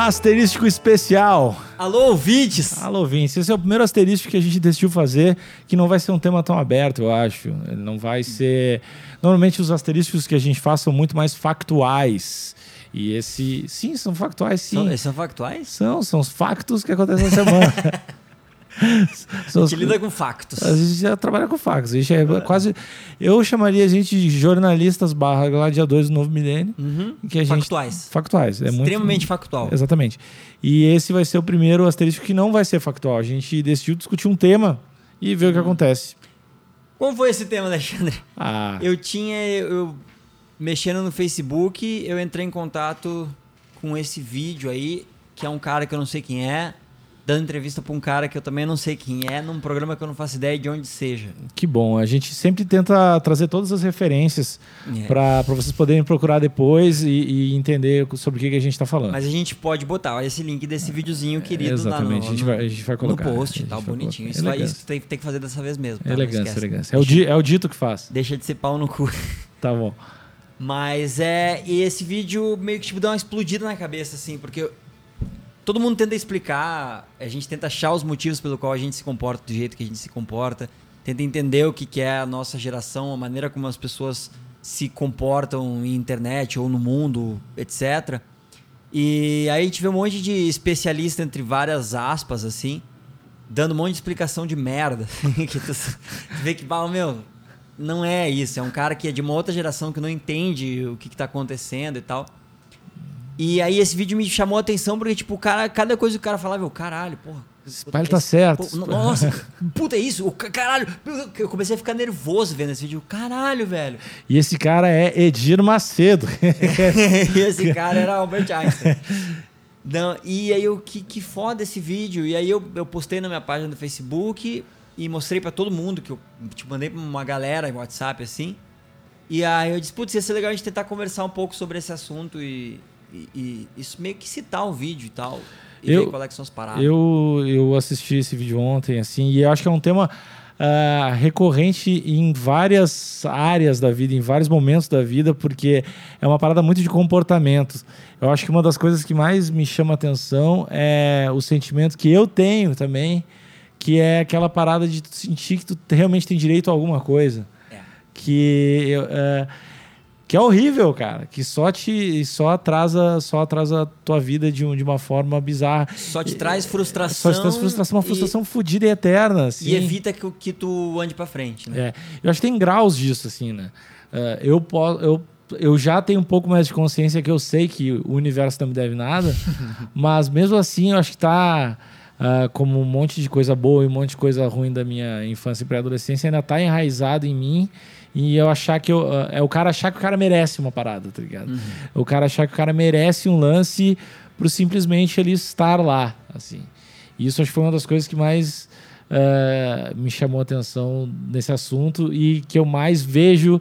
Asterístico especial. Alô, ouvintes! Alô, ouvintes. Esse é o primeiro asterístico que a gente decidiu fazer, que não vai ser um tema tão aberto, eu acho. Ele não vai ser... Normalmente os asterísticos que a gente faz são muito mais factuais. E esse... Sim, são factuais, sim. São factuais? São os factos que acontecem na semana. A gente lida com factos. A gente já trabalha com factos. A gente é quase... Eu chamaria a gente de jornalistas / gladiadores do novo milênio. Que a gente... Factuais. Factuais. É extremamente factual. Exatamente. E esse vai ser o primeiro asterístico que não vai ser factual. A gente decidiu discutir um tema e ver o que acontece. Como foi esse tema, Alexandre? Eu mexendo no Facebook, eu entrei em contato com esse vídeo aí, que é um cara que eu não sei quem é, dando entrevista para um cara que eu também não sei quem é, num programa que eu não faço ideia de onde seja. Que bom. A gente sempre tenta trazer todas as referências para vocês poderem procurar depois e entender sobre o que a gente está falando. Mas a gente pode botar, olha esse link desse videozinho querido. Exatamente. A gente vai colocar. No post, tá bonitinho. Isso tem que fazer dessa vez mesmo. Tá? Elegância. É o dito que faz. Deixa de ser pau no cu. Tá bom. Mas e esse vídeo meio que deu uma explodida na cabeça, assim, porque... Todo mundo tenta explicar, a gente tenta achar os motivos pelo qual a gente se comporta do jeito que a gente se comporta, tenta entender o que é a nossa geração, a maneira como as pessoas se comportam em internet ou no mundo, etc. E aí a gente vê um monte de especialista, entre várias aspas, assim, dando um monte de explicação de merda. Que tu vê que, não é isso, é um cara que é de uma outra geração que não entende o que tá acontecendo e tal. E aí esse vídeo me chamou a atenção porque, tipo, o cara, cada coisa que o cara falava, eu, caralho, porra. Esse pai tá certo. Nossa, puta, é isso? Caralho. Eu comecei a ficar nervoso vendo esse vídeo. Caralho, velho. E esse cara é Edir Macedo. E esse cara era Albert Einstein. Não, e aí que foda esse vídeo. E aí eu postei na minha página do Facebook e mostrei pra todo mundo, que eu mandei pra uma galera em WhatsApp, assim. E aí eu disse, putz, ia ser legal a gente tentar conversar um pouco sobre esse assunto e isso meio que citar o vídeo e tal. E ver qual é que são as paradas. Eu assisti esse vídeo ontem, assim, e eu acho que é um tema recorrente em várias áreas da vida, em vários momentos da vida, porque é uma parada muito de comportamento. Eu acho que uma das coisas que mais me chama a atenção é o sentimento que eu tenho também, que é aquela parada de tu sentir que tu realmente tem direito a alguma coisa. Que é horrível, cara. Que só atrasa a tua vida de uma forma bizarra. Só te traz frustração. Só te traz frustração, uma frustração fodida e eterna. Assim. E evita que tu ande pra frente, né? Eu acho que tem graus disso, assim, né? Eu já tenho um pouco mais de consciência que eu sei que o universo não me deve nada, mas mesmo assim eu acho que tá... como um monte de coisa boa e um monte de coisa ruim da minha infância e pré-adolescência ainda tá enraizado em mim. E eu achar que o cara achar que o cara merece uma parada, tá ligado? O cara achar que o cara merece um lance por simplesmente ele estar lá, assim. E isso acho que foi uma das coisas que mais me chamou a atenção nesse assunto e que eu mais vejo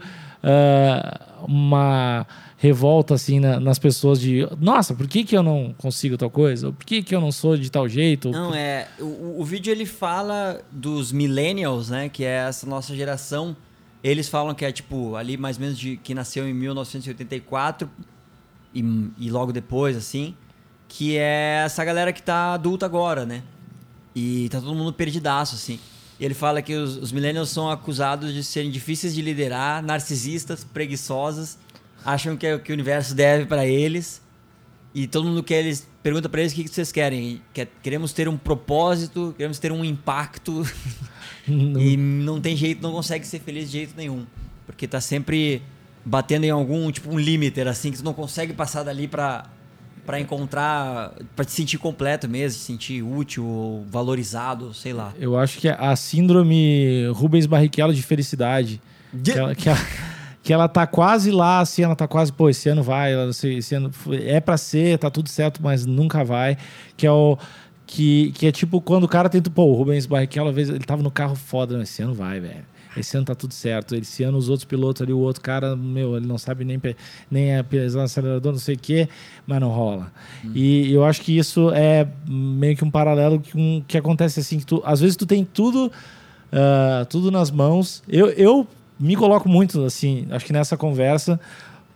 uma revolta, assim, nas pessoas de... Nossa, por que eu não consigo tal coisa? Ou por que eu não sou de tal jeito? Não, o vídeo ele fala dos millennials, né? Que é essa nossa geração... Eles falam que é tipo ali mais ou menos que nasceu em 1984 e logo depois, assim, que é essa galera que tá adulta agora, né? E tá todo mundo perdidaço, assim. E ele fala que os millennials são acusados de serem difíceis de liderar, narcisistas, preguiçosos, acham que o universo deve pra eles. E todo mundo pergunta pra eles o que vocês querem. Queremos ter um propósito, queremos ter um impacto... E não tem jeito, não consegue ser feliz de jeito nenhum. Porque tá sempre batendo em algum, tipo um limiter, assim, que tu não consegue passar dali pra encontrar, pra te sentir completo mesmo, te sentir útil, ou valorizado, sei lá. Eu acho que a síndrome Rubens Barrichello de felicidade, que ela tá quase lá, assim, ela tá quase, esse ano vai, esse ano é pra ser, tá tudo certo, mas nunca vai, que é tipo quando o cara tenta... o Rubens Barrichello, às vezes, ele tava no carro foda, esse ano vai, velho. Esse ano tá tudo certo. Esse ano os outros pilotos ali, o outro cara, ele não sabe nem pisar no acelerador, não sei o quê, mas não rola. E eu acho que isso é meio que um paralelo com que acontece assim, que às vezes tu tem tudo nas mãos. Eu me coloco muito, assim, acho que nessa conversa,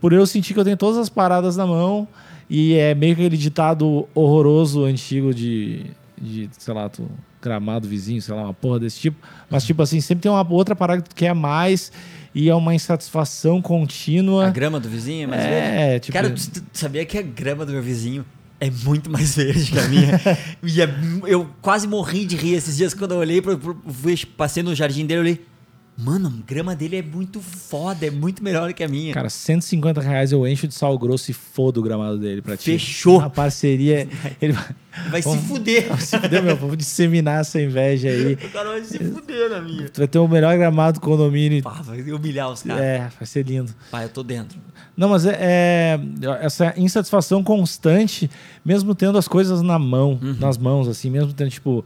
por eu sentir que eu tenho todas as paradas na mão e é meio que aquele ditado horroroso, antigo de sei lá, gramado vizinho, sei lá, uma porra desse tipo. Mas, tipo assim, sempre tem uma outra parada que tu quer mais e é uma insatisfação contínua. A grama do vizinho é mais verde? Tipo... Cara, tu sabia que a grama do meu vizinho é muito mais verde que a minha? E eu quase morri de rir esses dias quando eu olhei, passei no jardim dele e olhei, mano, a grama dele é muito foda, é muito melhor do que a minha. Cara, R$150 eu encho de sal grosso e fodo o gramado dele pra ti. Fechou. A parceria... Ele vai se fuder. Vai se fuder, meu. Vamos disseminar essa inveja aí. O cara vai se fuder na minha. Tu vai ter o melhor gramado do condomínio. Pá, vai humilhar os caras. Vai ser lindo. Pá, eu tô dentro. Não, mas essa insatisfação constante, mesmo tendo as coisas nas mãos, assim, mesmo tendo, tipo...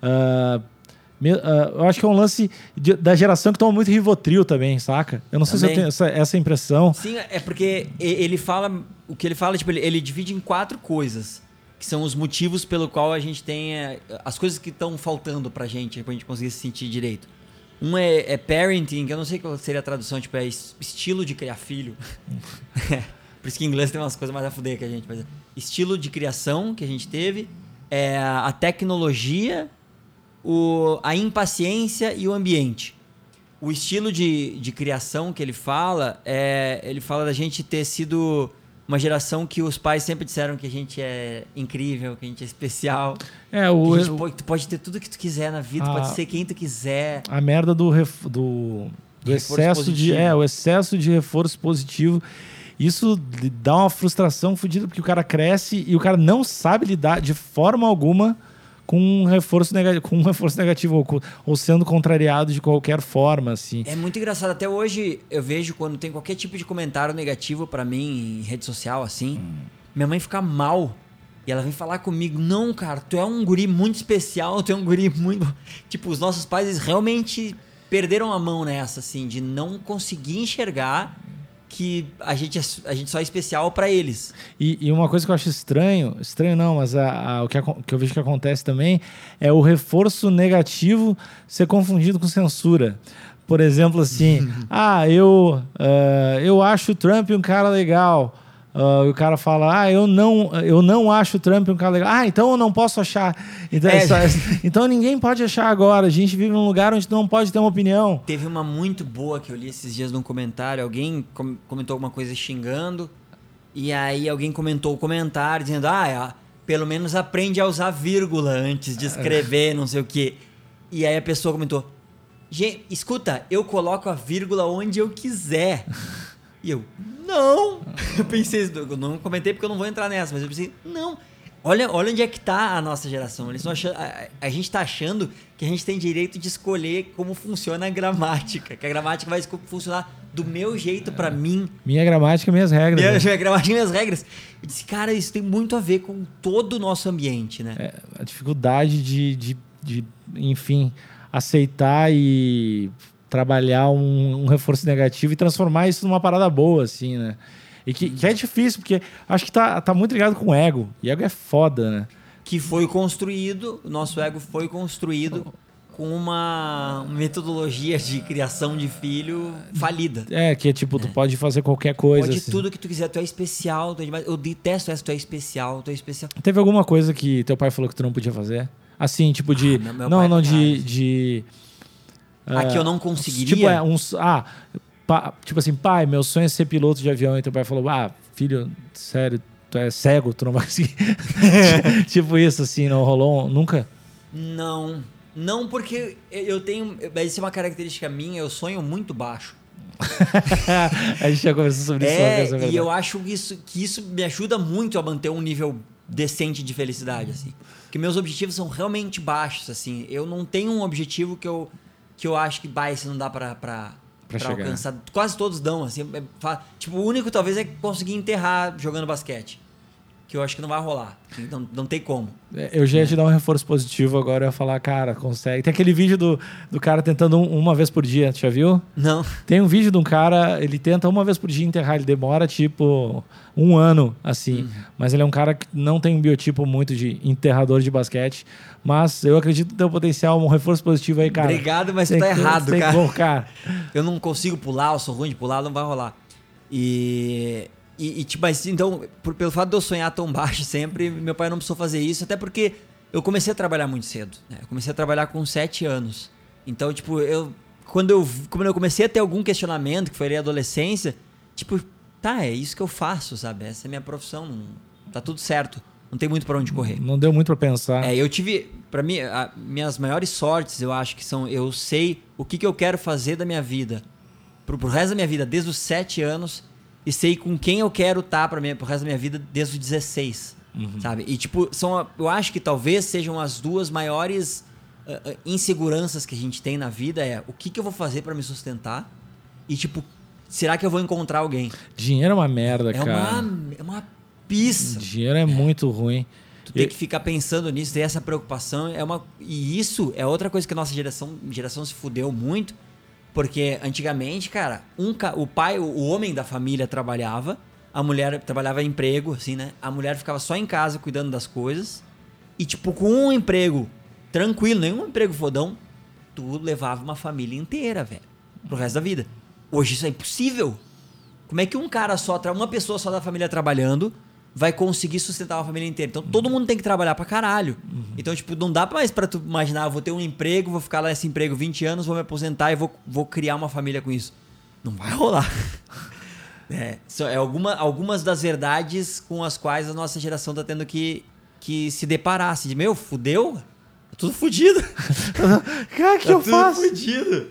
eu acho que é um lance da geração que toma muito Rivotril também, saca? Eu não sei se eu tenho essa impressão. Sim, é porque ele fala... O que ele fala, tipo, ele divide em 4 coisas, que são os motivos pelo qual a gente tem... as coisas que estão faltando pra gente conseguir se sentir direito. Um é parenting, que eu não sei qual seria a tradução, tipo, é estilo de criar filho. Por isso que em inglês tem umas coisas mais a fuder que a gente... Mas estilo de criação que a gente teve, a tecnologia... a impaciência e o ambiente. O estilo de criação que ele fala da gente ter sido uma geração que os pais sempre disseram que a gente é incrível, que a gente é especial. Tu pode ter tudo que tu quiser na vida, tu pode ser quem tu quiser. A merda do excesso o excesso de reforço positivo. Isso dá uma frustração fodida, porque o cara cresce e o cara não sabe lidar de forma alguma com um reforço negativo ou sendo contrariado de qualquer forma, assim. É muito engraçado. Até hoje eu vejo quando tem qualquer tipo de comentário negativo pra mim em rede social, assim, minha mãe fica mal e ela vem falar comigo, não, cara, tu é um guri muito especial, tu é um guri muito... Tipo, os nossos pais, eles realmente perderam a mão nessa, assim, de não conseguir enxergar que a gente só é especial pra eles. E uma coisa que eu acho estranho não, mas o que eu vejo que acontece também é o reforço negativo ser confundido com censura. Por exemplo, assim, eu acho o Trump um cara legal. O cara fala, eu não acho o Trump um cara legal. Então eu não posso achar. Então ninguém pode achar agora. A gente vive num lugar onde não pode ter uma opinião. Teve uma muito boa que eu li esses dias num comentário. Alguém comentou alguma coisa xingando. E aí alguém comentou o comentário dizendo, pelo menos aprende a usar vírgula antes de escrever, não sei o quê. E aí a pessoa comentou, gente, escuta, eu coloco a vírgula onde eu quiser. E eu, não! Eu pensei, eu não comentei porque eu não vou entrar nessa, mas eu pensei, não. Olha onde é que tá a nossa geração. Eles estão achando, a gente tá achando que a gente tem direito de escolher como funciona a gramática. Que a gramática vai funcionar do meu jeito pra mim. Minha gramática, minhas regras. Minha gramática, minhas regras. Eu disse, cara, isso tem muito a ver com todo o nosso ambiente, né? A dificuldade de enfim, aceitar e trabalhar um reforço negativo e transformar isso numa parada boa, assim, né? E que é difícil, porque acho que tá muito ligado com o ego. E ego é foda, né? Que foi construído, o nosso ego foi construído com uma metodologia de criação de filho falida. Que é tipo, tu pode fazer qualquer coisa. Pode assim. Tudo que tu quiser, tu é especial, tu é demais. Eu detesto essa, tu é especial. Teve alguma coisa que teu pai falou que tu não podia fazer? Assim, tipo de... Aqui eu não conseguiria? Tipo assim, pai, meu sonho é ser piloto de avião. E teu pai falou, filho, sério, tu é cego, tu não vai conseguir. Tipo isso, assim, não rolou nunca? Não, porque eu tenho... Isso é uma característica minha, eu sonho muito baixo. A gente já conversou sobre isso. E eu acho que isso me ajuda muito a manter um nível decente de felicidade, assim. Porque meus objetivos são realmente baixos, assim. Eu não tenho um objetivo que eu acho que se não dá pra alcançar. Quase todos dão, assim. Tipo, o único talvez é conseguir enterrar jogando basquete. Que eu acho que não vai rolar. Não tem como. Eu já ia te dar um reforço positivo, agora eu ia falar, cara, consegue. Tem aquele vídeo do cara tentando uma vez por dia, tu já viu? Não. Tem um vídeo de um cara, ele tenta uma vez por dia enterrar, ele demora tipo 1 ano, assim. Mas ele é um cara que não tem um biotipo muito de enterrador de basquete. Mas eu acredito no teu potencial, um reforço positivo aí, cara. Obrigado, mas você tá errado, cara. Cara. Eu não consigo pular, eu sou ruim de pular, não vai rolar. Tipo, mas, então, pelo fato de eu sonhar tão baixo sempre, meu pai não precisou fazer isso, até porque eu comecei a trabalhar muito cedo, né? Eu comecei a trabalhar com 7 anos. Então, tipo, quando eu comecei a ter algum questionamento, que foi ali a adolescência, tipo, tá, é isso que eu faço, sabe? Essa é a minha profissão, tá tudo certo. Não tem muito pra onde correr. Não deu muito pra pensar. Eu tive, pra mim, minhas maiores sortes, eu acho que são, eu sei o que eu quero fazer da minha vida, pro resto da minha vida, desde os 7 anos, e sei com quem eu quero estar pro resto da minha vida desde os 16, sabe? E, tipo, eu acho que talvez sejam as duas maiores inseguranças que a gente tem na vida, o que eu vou fazer pra me sustentar e, tipo, será que eu vou encontrar alguém? Dinheiro é uma merda, cara. É uma pizza. Dinheiro é muito ruim. Tu tem que ficar pensando nisso, ter essa preocupação. E isso é outra coisa que a nossa geração se fudeu muito, porque antigamente, cara, o homem da família trabalhava, a mulher trabalhava em emprego, assim, né? A mulher ficava só em casa cuidando das coisas e, tipo, com um emprego tranquilo, nenhum emprego fodão, tu levava uma família inteira, velho, pro resto da vida. Hoje isso é impossível. Como é que uma pessoa só da família trabalhando vai conseguir sustentar uma família inteira? Então todo mundo tem que trabalhar pra caralho. Então, tipo, não dá mais pra tu imaginar, vou ter um emprego, vou ficar lá nesse emprego 20 anos, vou me aposentar e vou criar uma família com isso. Não vai rolar. Algumas das verdades com as quais a nossa geração tá tendo que se deparar. Assim, de, fudeu? Tá tudo fudido. Cara, que eu faço? Tá tudo fudido.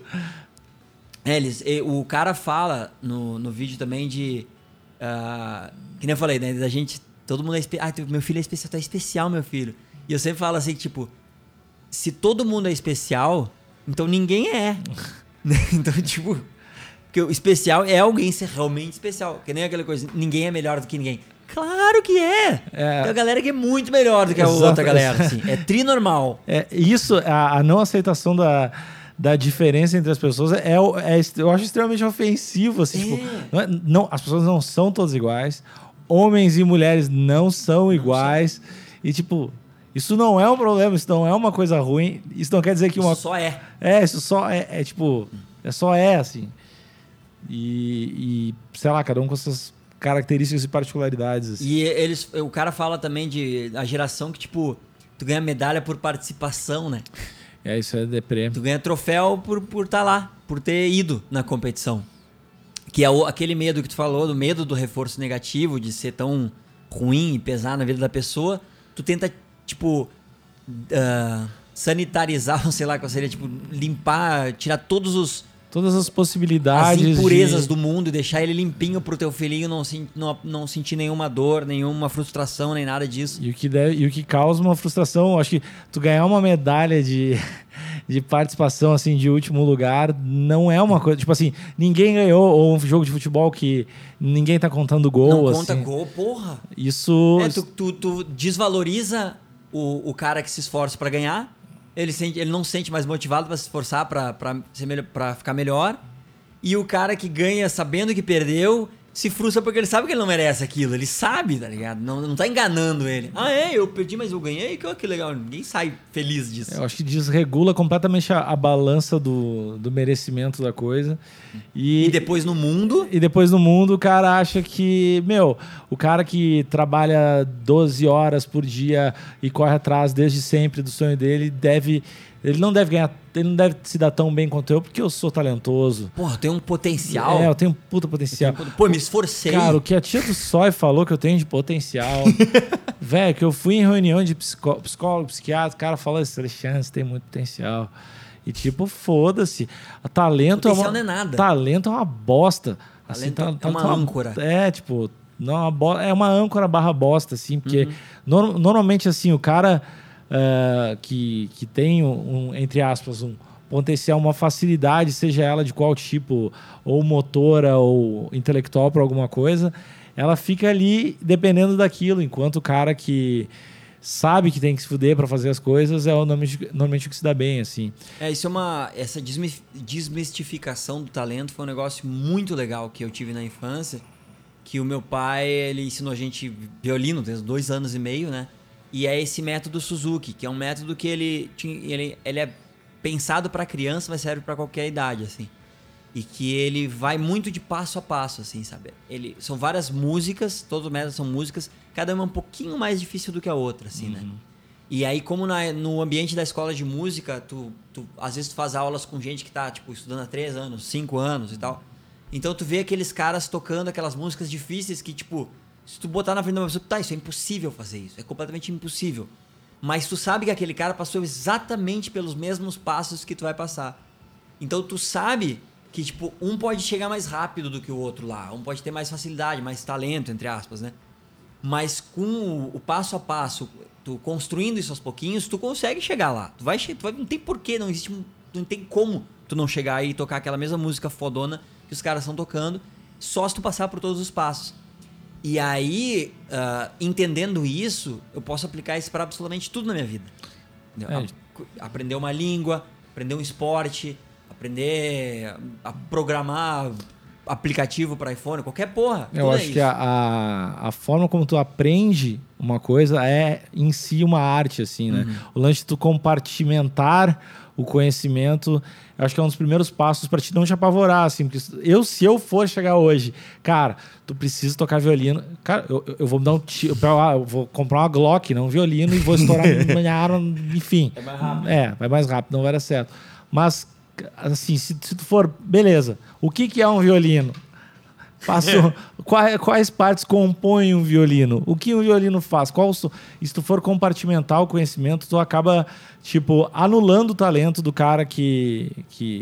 O cara fala no vídeo também de... que nem eu falei, né? Da gente... Todo mundo é especial. Meu filho é especial. Tá especial, meu filho. E eu sempre falo assim, tipo... Se todo mundo é especial, então ninguém é. Então, tipo... Porque o especial é alguém ser realmente especial. Que nem aquela coisa... Ninguém é melhor do que ninguém. Claro que é! Tem a galera que é muito melhor do que a outra galera. Assim. É trinormal. Isso, a não aceitação da diferença entre as pessoas eu acho extremamente ofensivo. Assim, tipo, as pessoas não são todas iguais. Homens e mulheres não são iguais. E, tipo, isso não é um problema, isso não é uma coisa ruim. Isso não quer dizer que isso só é. Isso só é tipo... assim. E sei lá, cada um com suas características e particularidades. Assim. E o cara fala também de a geração que, tipo, tu ganha medalha por participação, né? Isso é deprê. Tu ganha troféu por estar lá, por ter ido na competição. Que é aquele medo que tu falou, do medo do reforço negativo, de ser tão ruim e pesar na vida da pessoa. Tu tenta, tipo, sanitarizar, sei lá qual seria, tipo, limpar, tirar todas as possibilidades, as impurezas do mundo e deixar ele limpinho pro teu filhinho não sentir nenhuma dor, nenhuma frustração, nem nada disso. E o que causa uma frustração, acho que tu ganhar uma medalha de participação assim de último lugar não é uma coisa, tipo assim, ninguém ganhou, ou um jogo de futebol que ninguém tá contando gol. Não assim. conta gol, porra. Isso... Tu desvaloriza o cara que se esforça pra ganhar. Ele não se sente mais motivado pra se esforçar pra ficar melhor. E o cara que ganha sabendo que perdeu se frustra porque ele sabe que ele não merece aquilo. Ele sabe, tá ligado? Não tá enganando ele. Eu perdi, mas eu ganhei. Que legal. Ninguém sai feliz disso. Eu acho que desregula completamente a balança do merecimento da coisa. E depois no mundo... E depois no mundo o cara acha que... o cara que trabalha 12 horas por dia e corre atrás desde sempre do sonho dele, ele não deve ganhar... Ele não deve se dar tão bem quanto eu, porque eu sou talentoso. Porra, eu tenho um potencial. Eu tenho um puta potencial. Me esforcei. Cara, o que a tia do Sói falou que eu tenho de potencial. Velho, que eu fui em reunião de psicólogo, psiquiatra, o cara falou assim, Alexandre, você tem muito potencial. E tipo, foda-se. Talento potencial não é nada. Talento é uma bosta. Assim, talento é uma âncora. Tipo, não, é uma âncora / bosta, assim, porque normalmente, assim, o cara... que tem entre aspas, um potencial, uma facilidade, seja ela de qual tipo, ou motora ou intelectual para alguma coisa, ela fica ali dependendo daquilo, enquanto o cara que sabe que tem que se fuder para fazer as coisas normalmente o que se dá bem, assim. Essa desmistificação do talento foi um negócio muito legal que eu tive na infância, que o meu pai, ele ensinou a gente violino desde 2 anos e meio, né? E é esse método Suzuki, que é um método que ele é pensado para criança, mas serve para qualquer idade, assim. E que ele vai muito de passo a passo, assim, sabe? São várias músicas, todas as métodos são músicas, cada uma um pouquinho mais difícil do que a outra, assim, né? E aí, como no ambiente da escola de música, às vezes tu faz aulas com gente que tá, tipo, estudando há 3 anos, 5 anos e tal. Então tu vê aqueles caras tocando aquelas músicas difíceis que, tipo, se tu botar na frente de uma pessoa, tá, isso é impossível fazer isso, é completamente impossível. Mas tu sabe que aquele cara passou exatamente pelos mesmos passos que tu vai passar. Então tu sabe que, tipo, um pode chegar mais rápido do que o outro lá, um pode ter mais facilidade, mais talento, entre aspas, né? Mas com o passo a passo, tu construindo isso aos pouquinhos, tu consegue chegar lá. Não tem porquê, não tem como tu não chegar aí e tocar aquela mesma música fodona que os caras estão tocando, só se tu passar por todos os passos. E aí, entendendo isso, eu posso aplicar isso para absolutamente tudo na minha vida. Aprender uma língua, aprender um esporte, aprender a programar aplicativo para iPhone, qualquer porra. Eu acho que a forma como tu aprende uma coisa é em si uma arte, assim, né? O lance de tu compartimentar o conhecimento, eu acho que é um dos primeiros passos para te não te apavorar, assim, porque se eu for chegar hoje, cara, tu precisa tocar violino, cara, eu vou me dar um tiro, eu vou comprar uma Glock, não um violino, e vou estourar minha arma, enfim. É mais rápido. Vai mais rápido, não vai dar certo. Mas, assim, se tu for, beleza, o que é um violino? Quais partes compõem um violino? O que um violino faz? E se tu for compartimentar o conhecimento, tu acaba, tipo, anulando o talento do cara que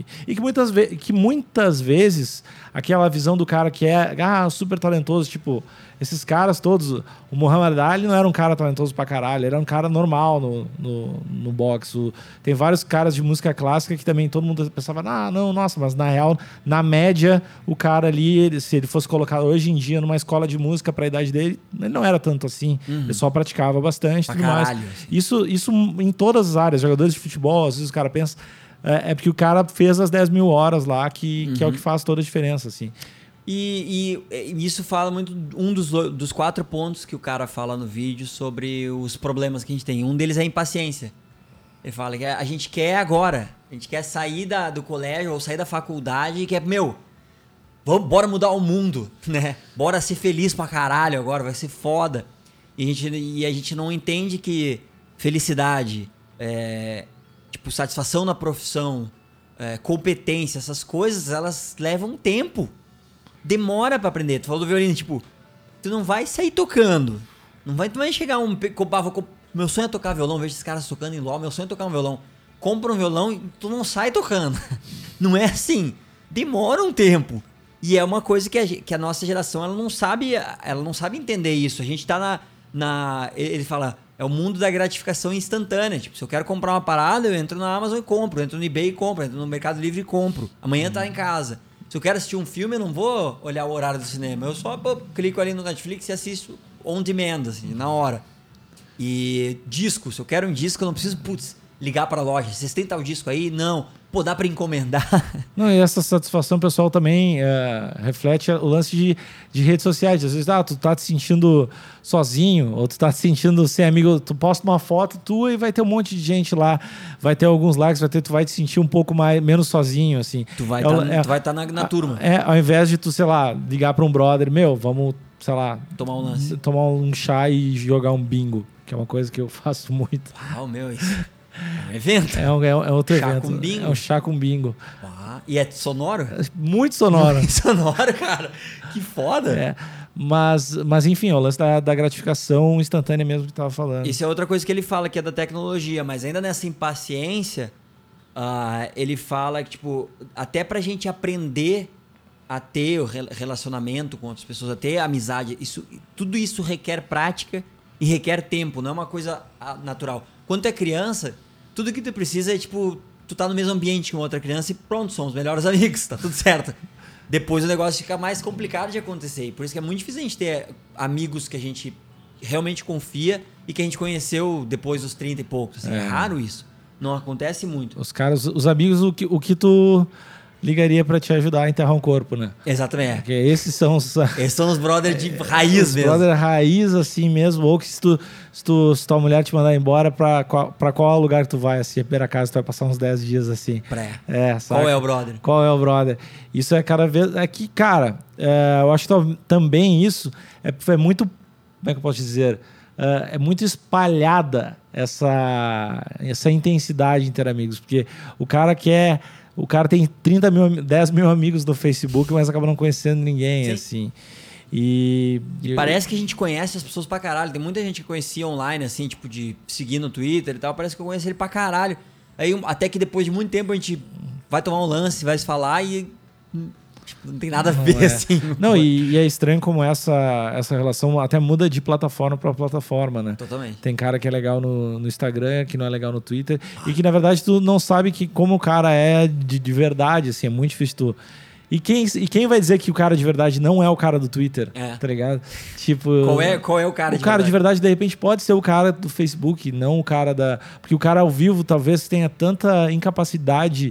muitas vezes aquela visão do cara que é super talentoso, tipo, esses caras todos, o Muhammad Ali não era um cara talentoso pra caralho, ele era um cara normal no boxe. Tem vários caras de música clássica que também todo mundo pensava, não, nossa, mas na real, na média, o cara ali, se ele fosse colocado hoje em dia numa escola de música pra idade dele, ele não era tanto assim, ele só praticava bastante e tudo mais. Assim. Isso em todas as áreas, jogadores de futebol, às vezes o cara pensa, é porque o cara fez as 10 mil horas lá, que é o que faz toda a diferença, assim. E isso fala muito, um dos 4 pontos que o cara fala no vídeo sobre os problemas que a gente tem. Um deles é a impaciência. Ele fala que a gente quer agora, a gente quer sair do colégio ou sair da faculdade e quer, bora mudar o mundo, né? Bora ser feliz pra caralho agora, vai ser foda. E a gente não entende que felicidade, tipo, satisfação na profissão, competência, essas coisas, elas levam tempo. Demora pra aprender. Tu falou do violino, tipo, tu não vai sair tocando. Tu vai chegar meu sonho é tocar violão, vejo esses caras tocando em LOL, meu sonho é tocar um violão. Compra um violão e tu não sai tocando. Não é assim. Demora um tempo. E é uma coisa que a nossa geração, ela não sabe entender isso. A gente tá ele fala, é o mundo da gratificação instantânea. Tipo, se eu quero comprar uma parada, eu entro na Amazon e compro, eu entro no eBay e compro, eu entro no Mercado Livre e compro. Amanhã tá em casa. Se eu quero assistir um filme, eu não vou olhar o horário do cinema. Eu só clico ali no Netflix e assisto on demand, assim, na hora. E disco, se eu quero um disco, eu não preciso, ligar pra loja. Vocês têm tal disco aí? Não. Dá pra encomendar. Não, e essa satisfação pessoal também reflete o lance de redes sociais. Às vezes, tu tá te sentindo sozinho, ou tu tá te sentindo sem amigo, tu posta uma foto tua e vai ter um monte de gente lá, vai ter alguns likes, tu vai te sentir um pouco menos sozinho, assim. Tu vai estar na turma. Ao invés de tu, sei lá, ligar pra um brother, vamos, sei lá, tomar um chá e jogar um bingo, que é uma coisa que eu faço muito. Isso... É um evento? É outro chá evento. Com bingo? É um chá com bingo. E é sonoro? Muito sonoro. Muito sonoro, cara. Que foda. Mas enfim, o lance da gratificação instantânea mesmo que tu tava falando. Isso é outra coisa que ele fala, que é da tecnologia. Mas ainda nessa impaciência, ele fala que, tipo, até pra gente aprender a ter o relacionamento com outras pessoas, a ter amizade, tudo isso requer prática e requer tempo. Não é uma coisa natural. Quando tu é criança, tudo que tu precisa é, tipo, tu tá no mesmo ambiente com outra criança e pronto, somos melhores amigos, tá tudo certo. Depois o negócio fica mais complicado de acontecer. E por isso que é muito difícil a gente ter amigos que a gente realmente confia e que a gente conheceu depois dos 30 e poucos. Assim, é raro isso. Não acontece muito. Os amigos, o que tu ligaria pra te ajudar a enterrar um corpo, né? Exatamente. Porque esses são os brothers de raiz mesmo. Brother raiz, assim mesmo. Ou que se tua mulher te mandar embora, pra qual lugar que tu vai, assim? A primeira casa, tu vai passar uns 10 dias, assim. Sabe? Qual é o brother? Qual é o brother? Isso é cada vez... É que, cara, eu acho que também isso é muito... Como é que eu posso dizer? É muito espalhada essa intensidade entre amigos. Porque o cara tem 10 mil amigos no Facebook, mas acaba não conhecendo ninguém, sim, assim. E parece que a gente conhece as pessoas pra caralho. Tem muita gente que conhecia online, assim, tipo, de seguir no Twitter e tal. Parece que eu conheço ele pra caralho. Aí, até que depois de muito tempo a gente vai tomar um lance, vai se falar e... não tem nada a ver, assim. Não, e é estranho como essa relação até muda de plataforma para plataforma, né? Totalmente. Tem cara que é legal no Instagram, que não é legal no Twitter, e que, na verdade, tu não sabe como o cara é de verdade, assim, é muito difícil tu... E quem vai dizer que o cara de verdade não é o cara do Twitter? Tá ligado? Tipo... Qual é o cara de verdade? O cara de verdade, de repente, pode ser o cara do Facebook, não o cara da... Porque o cara ao vivo talvez tenha tanta incapacidade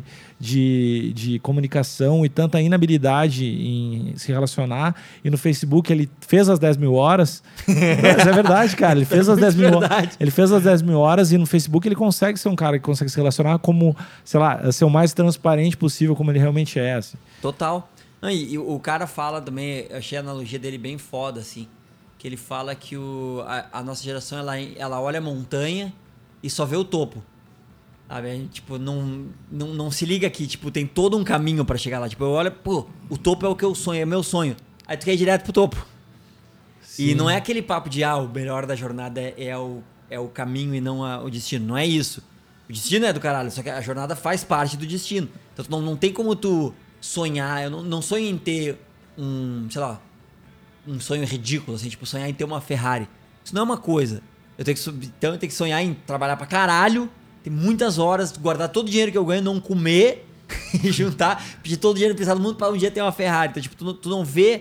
de comunicação e tanta inabilidade em se relacionar. E no Facebook ele fez as 10 mil horas. Mas é verdade, cara. Ele fez as 10 mil horas. Ele fez as 10 mil horas e no Facebook ele consegue ser um cara que consegue se relacionar como, sei lá, ser o mais transparente possível como ele realmente é, assim. Total. E o cara fala também, eu achei a analogia dele bem foda, assim. Que ele fala que a nossa geração, ela olha a montanha e só vê o topo. Sabe? A gente, tipo, não se liga aqui, tipo, tem todo um caminho pra chegar lá. Tipo, eu olho, o topo é o que eu sonho, é meu sonho. Aí tu quer ir direto pro topo. Sim. E não é aquele papo de, o melhor da jornada é o caminho e não o destino. Não é isso. O destino é do caralho, só que a jornada faz parte do destino. Então não tem como tu sonhar, eu não sonho em ter um sonho ridículo, assim, tipo, sonhar em ter uma Ferrari. Isso não é uma coisa. Então eu tenho que sonhar em trabalhar pra caralho, ter muitas horas, guardar todo o dinheiro que eu ganho, não comer e juntar, pedir todo o dinheiro emprestado do mundo pra um dia ter uma Ferrari. Então, tipo, tu não vê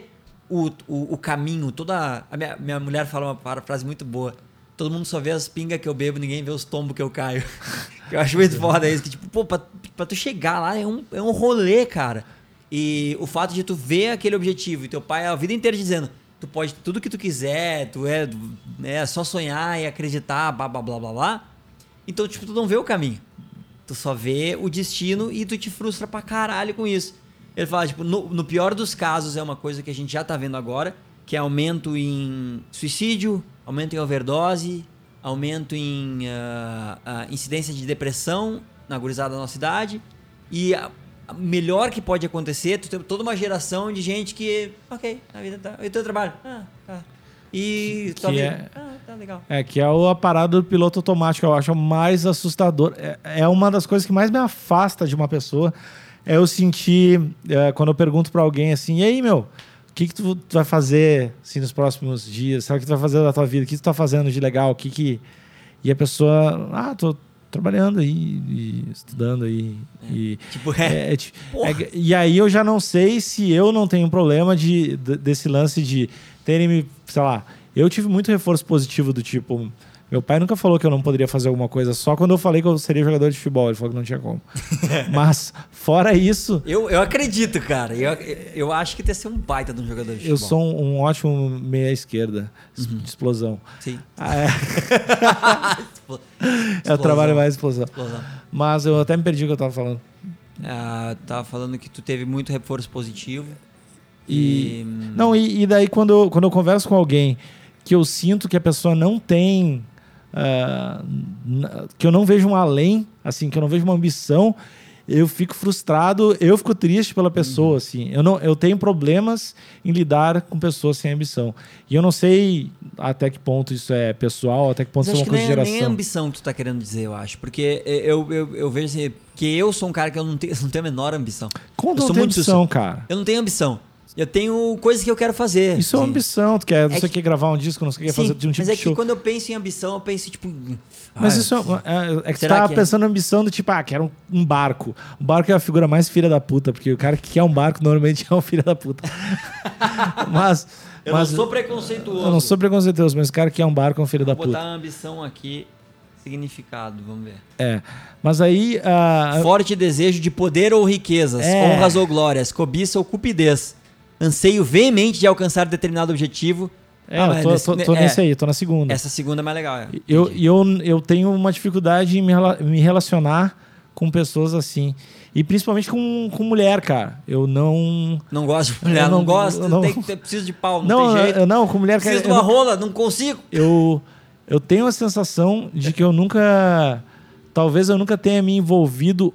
o caminho, a minha mulher fala uma frase muito boa. Todo mundo só vê as pingas que eu bebo, ninguém vê os tombos que eu caio. Eu acho muito foda isso, que tipo, pra tu chegar lá é um rolê, cara. E o fato de tu ver aquele objetivo e teu pai a vida inteira dizendo, tu pode tudo que tu quiser, é só sonhar e acreditar, blá, blá, blá, blá, blá. Então, tipo, tu não vê o caminho. Tu só vê o destino e tu te frustra pra caralho com isso. Ele fala, tipo, no pior dos casos é uma coisa que a gente já tá vendo agora, que é aumento em suicídio, aumento em overdose, aumento em incidência de depressão na gurizada da nossa idade. E a melhor que pode acontecer, tu tem toda uma geração de gente que, ok, a vida tá... E teu trabalho? E tua vida? Tá legal. Que é a parada do piloto automático, eu acho mais assustador. É uma das coisas que mais me afasta de uma pessoa. É eu sentir, quando eu pergunto pra alguém assim, e aí, meu... O que tu vai fazer assim, nos próximos dias? Sabe o que tu vai fazer da tua vida? O que tu tá fazendo de legal? E a pessoa... tô trabalhando e estudando e e aí eu já não sei se eu não tenho um problema desse lance de terem, sei lá... Eu tive muito reforço positivo do tipo... Meu pai nunca falou que eu não poderia fazer alguma coisa só quando eu falei que eu seria jogador de futebol. Ele falou que não tinha como. Mas, fora isso... Eu acredito, cara. Eu acho que tu ia ser um baita de um jogador de futebol. Eu sou um ótimo meia-esquerda de explosão. Sim. Eu trabalho mais explosão. Mas eu até me perdi o que eu tava falando. Tava falando que tu teve muito reforço positivo. E daí quando eu converso com alguém que eu sinto que a pessoa não tem... que eu não vejo um além, assim, que eu não vejo uma ambição, eu fico frustrado, eu fico triste pela pessoa, assim. Eu tenho problemas em lidar com pessoas sem ambição. E eu não sei até que ponto isso é pessoal, até que ponto isso é uma coisa de geração. Nem a ambição que tu tá querendo dizer, eu acho. Porque eu vejo assim, que eu sou um cara que eu não tenho a menor ambição. Como tu não tem ambição, cara? Eu não tenho ambição. Eu tenho coisas que eu quero fazer. Isso é uma ambição. Tu quer, você quer gravar um disco, não sei o que, quer fazer de um tipo de show. Mas que quando eu penso em ambição, eu penso tipo... Mas isso é que você tava pensando na ambição do tipo, quero um barco. O barco é a figura mais filha da puta, porque o cara que quer um barco normalmente é um filho da puta. mas não sou preconceituoso. Eu não sou preconceituoso, mas o cara que quer um barco é um filho da puta. Vou botar a ambição aqui. significado, vamos ver. Mas aí... Forte desejo de poder ou riquezas, honras ou glórias, cobiça ou cupidez, anseio veemente de alcançar determinado objetivo. Tô nesse aí, tô na segunda. Essa segunda é mais legal. Eu tenho uma dificuldade em me relacionar com pessoas assim. E principalmente com mulher, cara. Eu não... Não gosto de mulher, não gosto. Preciso de pau, não tem jeito. Não, com mulher... Preciso de uma rola, não consigo. Eu tenho a sensação de que eu nunca... Talvez eu nunca tenha me envolvido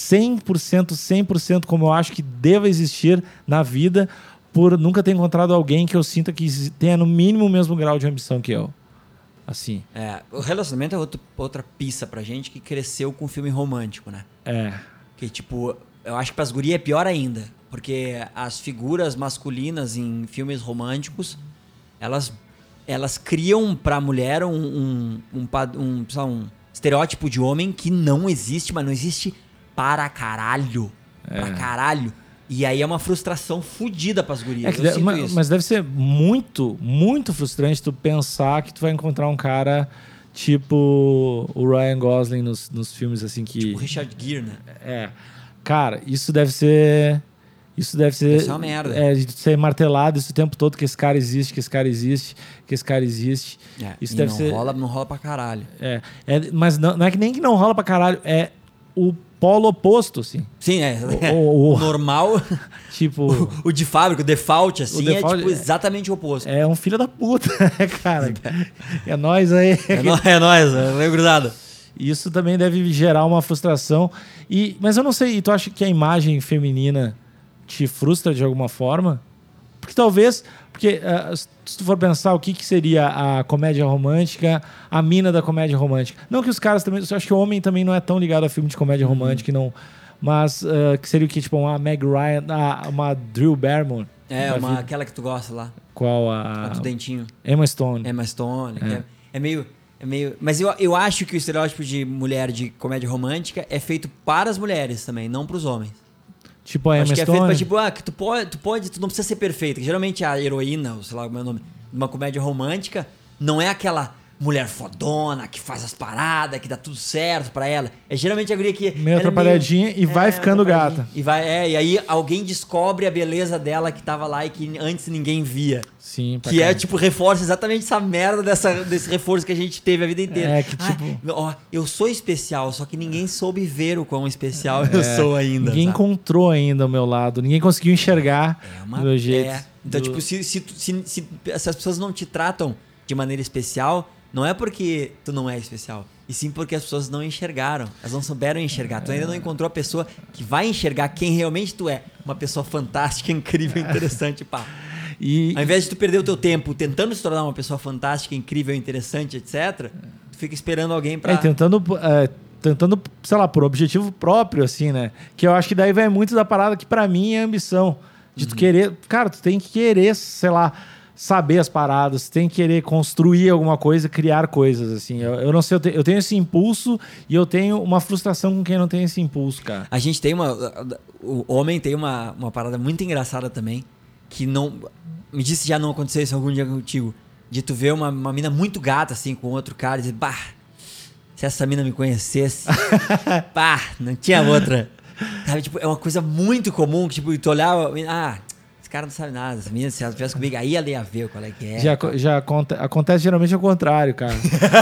100% como eu acho que deva existir na vida, por nunca ter encontrado alguém que eu sinta que tenha no mínimo o mesmo grau de ambição que eu. Assim. O relacionamento é outra pista pra gente que cresceu com filme romântico, né? Que, tipo, eu acho que pras gurias é pior ainda. Porque as figuras masculinas em filmes românticos, elas criam pra mulher um estereótipo de homem que não existe, mas não existe para caralho. Pra caralho. E aí é uma frustração fodida pras gurias. Mas deve ser muito, muito frustrante tu pensar que tu vai encontrar um cara tipo o Ryan Gosling nos filmes assim que... Tipo Richard Gere, né? Cara, isso deve ser uma merda. De ser martelado isso o tempo todo, que esse cara existe, que esse cara existe, que esse cara existe. Isso deve ser... não rola pra caralho. Mas não é que nem que não rola pra caralho, é o polo oposto, assim. Sim, o normal. Tipo... o de fábrica, o default, assim, tipo exatamente o oposto. É um filho da puta, cara. É nóis aí. É nóis, é grudado. Isso também deve gerar uma frustração. Mas eu não sei, e tu acha que a imagem feminina te frustra de alguma forma? Porque talvez... Porque se tu for pensar o que seria a comédia romântica, a mina da comédia romântica. Não que os caras também... Eu acho que o homem também não é tão ligado a filme de comédia romântica, não. Mas que seria o que? Tipo uma Meg Ryan, uma Drew Barrymore. Aquela que tu gosta lá. Qual? A do dentinho. Emma Stone. É meio... Mas eu acho que o estereótipo de mulher de comédia romântica é feito para as mulheres também, não para os homens. Tipo a Emma Stone. Acho que é feito pra, que tu não precisa ser perfeita. Geralmente a heroína, ou sei lá o meu nome, de uma comédia romântica, não é aquela mulher fodona, que faz as paradas, que dá tudo certo pra ela. É geralmente a guria que... Meio atrapalhadinha e vai ficando gata. E aí alguém descobre a beleza dela que tava lá e que antes ninguém via. Sim, que é, tipo, reforça exatamente essa merda desse reforço que a gente teve a vida inteira. Eu sou especial, só que ninguém soube ver o quão especial eu sou ainda. Ninguém encontrou ainda o meu lado. Ninguém conseguiu enxergar o meu jeito. Então, tipo, se as pessoas não te tratam de maneira especial, não é porque tu não é especial, e sim porque as pessoas não enxergaram. Elas não souberam enxergar. Tu ainda não encontrou a pessoa que vai enxergar quem realmente tu é. Uma pessoa fantástica, incrível, interessante, pá. Ao invés de tu perder o teu tempo tentando se tornar uma pessoa fantástica, incrível, interessante, etc., tu fica esperando alguém pra... Tentando, sei lá, por objetivo próprio, assim, né? Que eu acho que daí vai muito da parada que pra mim é ambição. De tu querer... Cara, tu tem que querer, sei lá, saber as paradas, tu tem que querer construir alguma coisa, criar coisas, assim. Eu não sei, eu tenho esse impulso e eu tenho uma frustração com quem não tem esse impulso, cara. A gente tem o homem tem uma parada muito engraçada também, que não... Me disse se já não aconteceu isso algum dia contigo. De tu ver uma mina muito gata, assim, com outro cara e dizer, bah, se essa mina me conhecesse, pá, não tinha outra. Sabe, tipo, é uma coisa muito comum, que, tipo, tu olhava, esse cara não sabe nada, essa mina, se ela estivesse comigo, aí ela ia ver qual é que é. Já acontece geralmente ao contrário, cara.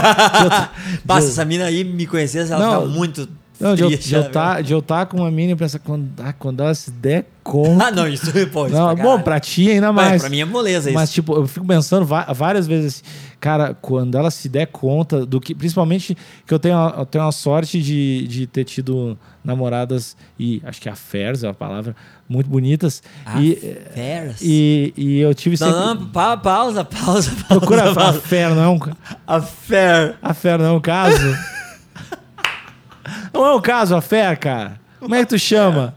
Passa, essa mina aí me conhecesse, ela ficava muito... Não, de eu estar com uma mina e pensar, quando ela se der conta... não, isso pode. Não, bom, pra ti ainda mais. Pra mim é moleza isso. Mas, tipo, eu fico pensando várias vezes assim, cara, quando ela se der conta do que... Principalmente que eu tenho a sorte de ter tido namoradas, e acho que affairs é a palavra, muito bonitas. Affairs? E eu tive sempre... Não, pausa. Procura affair, não é um... Affair não é um caso... Não é o caso, a fé, cara. Como é que tu chama?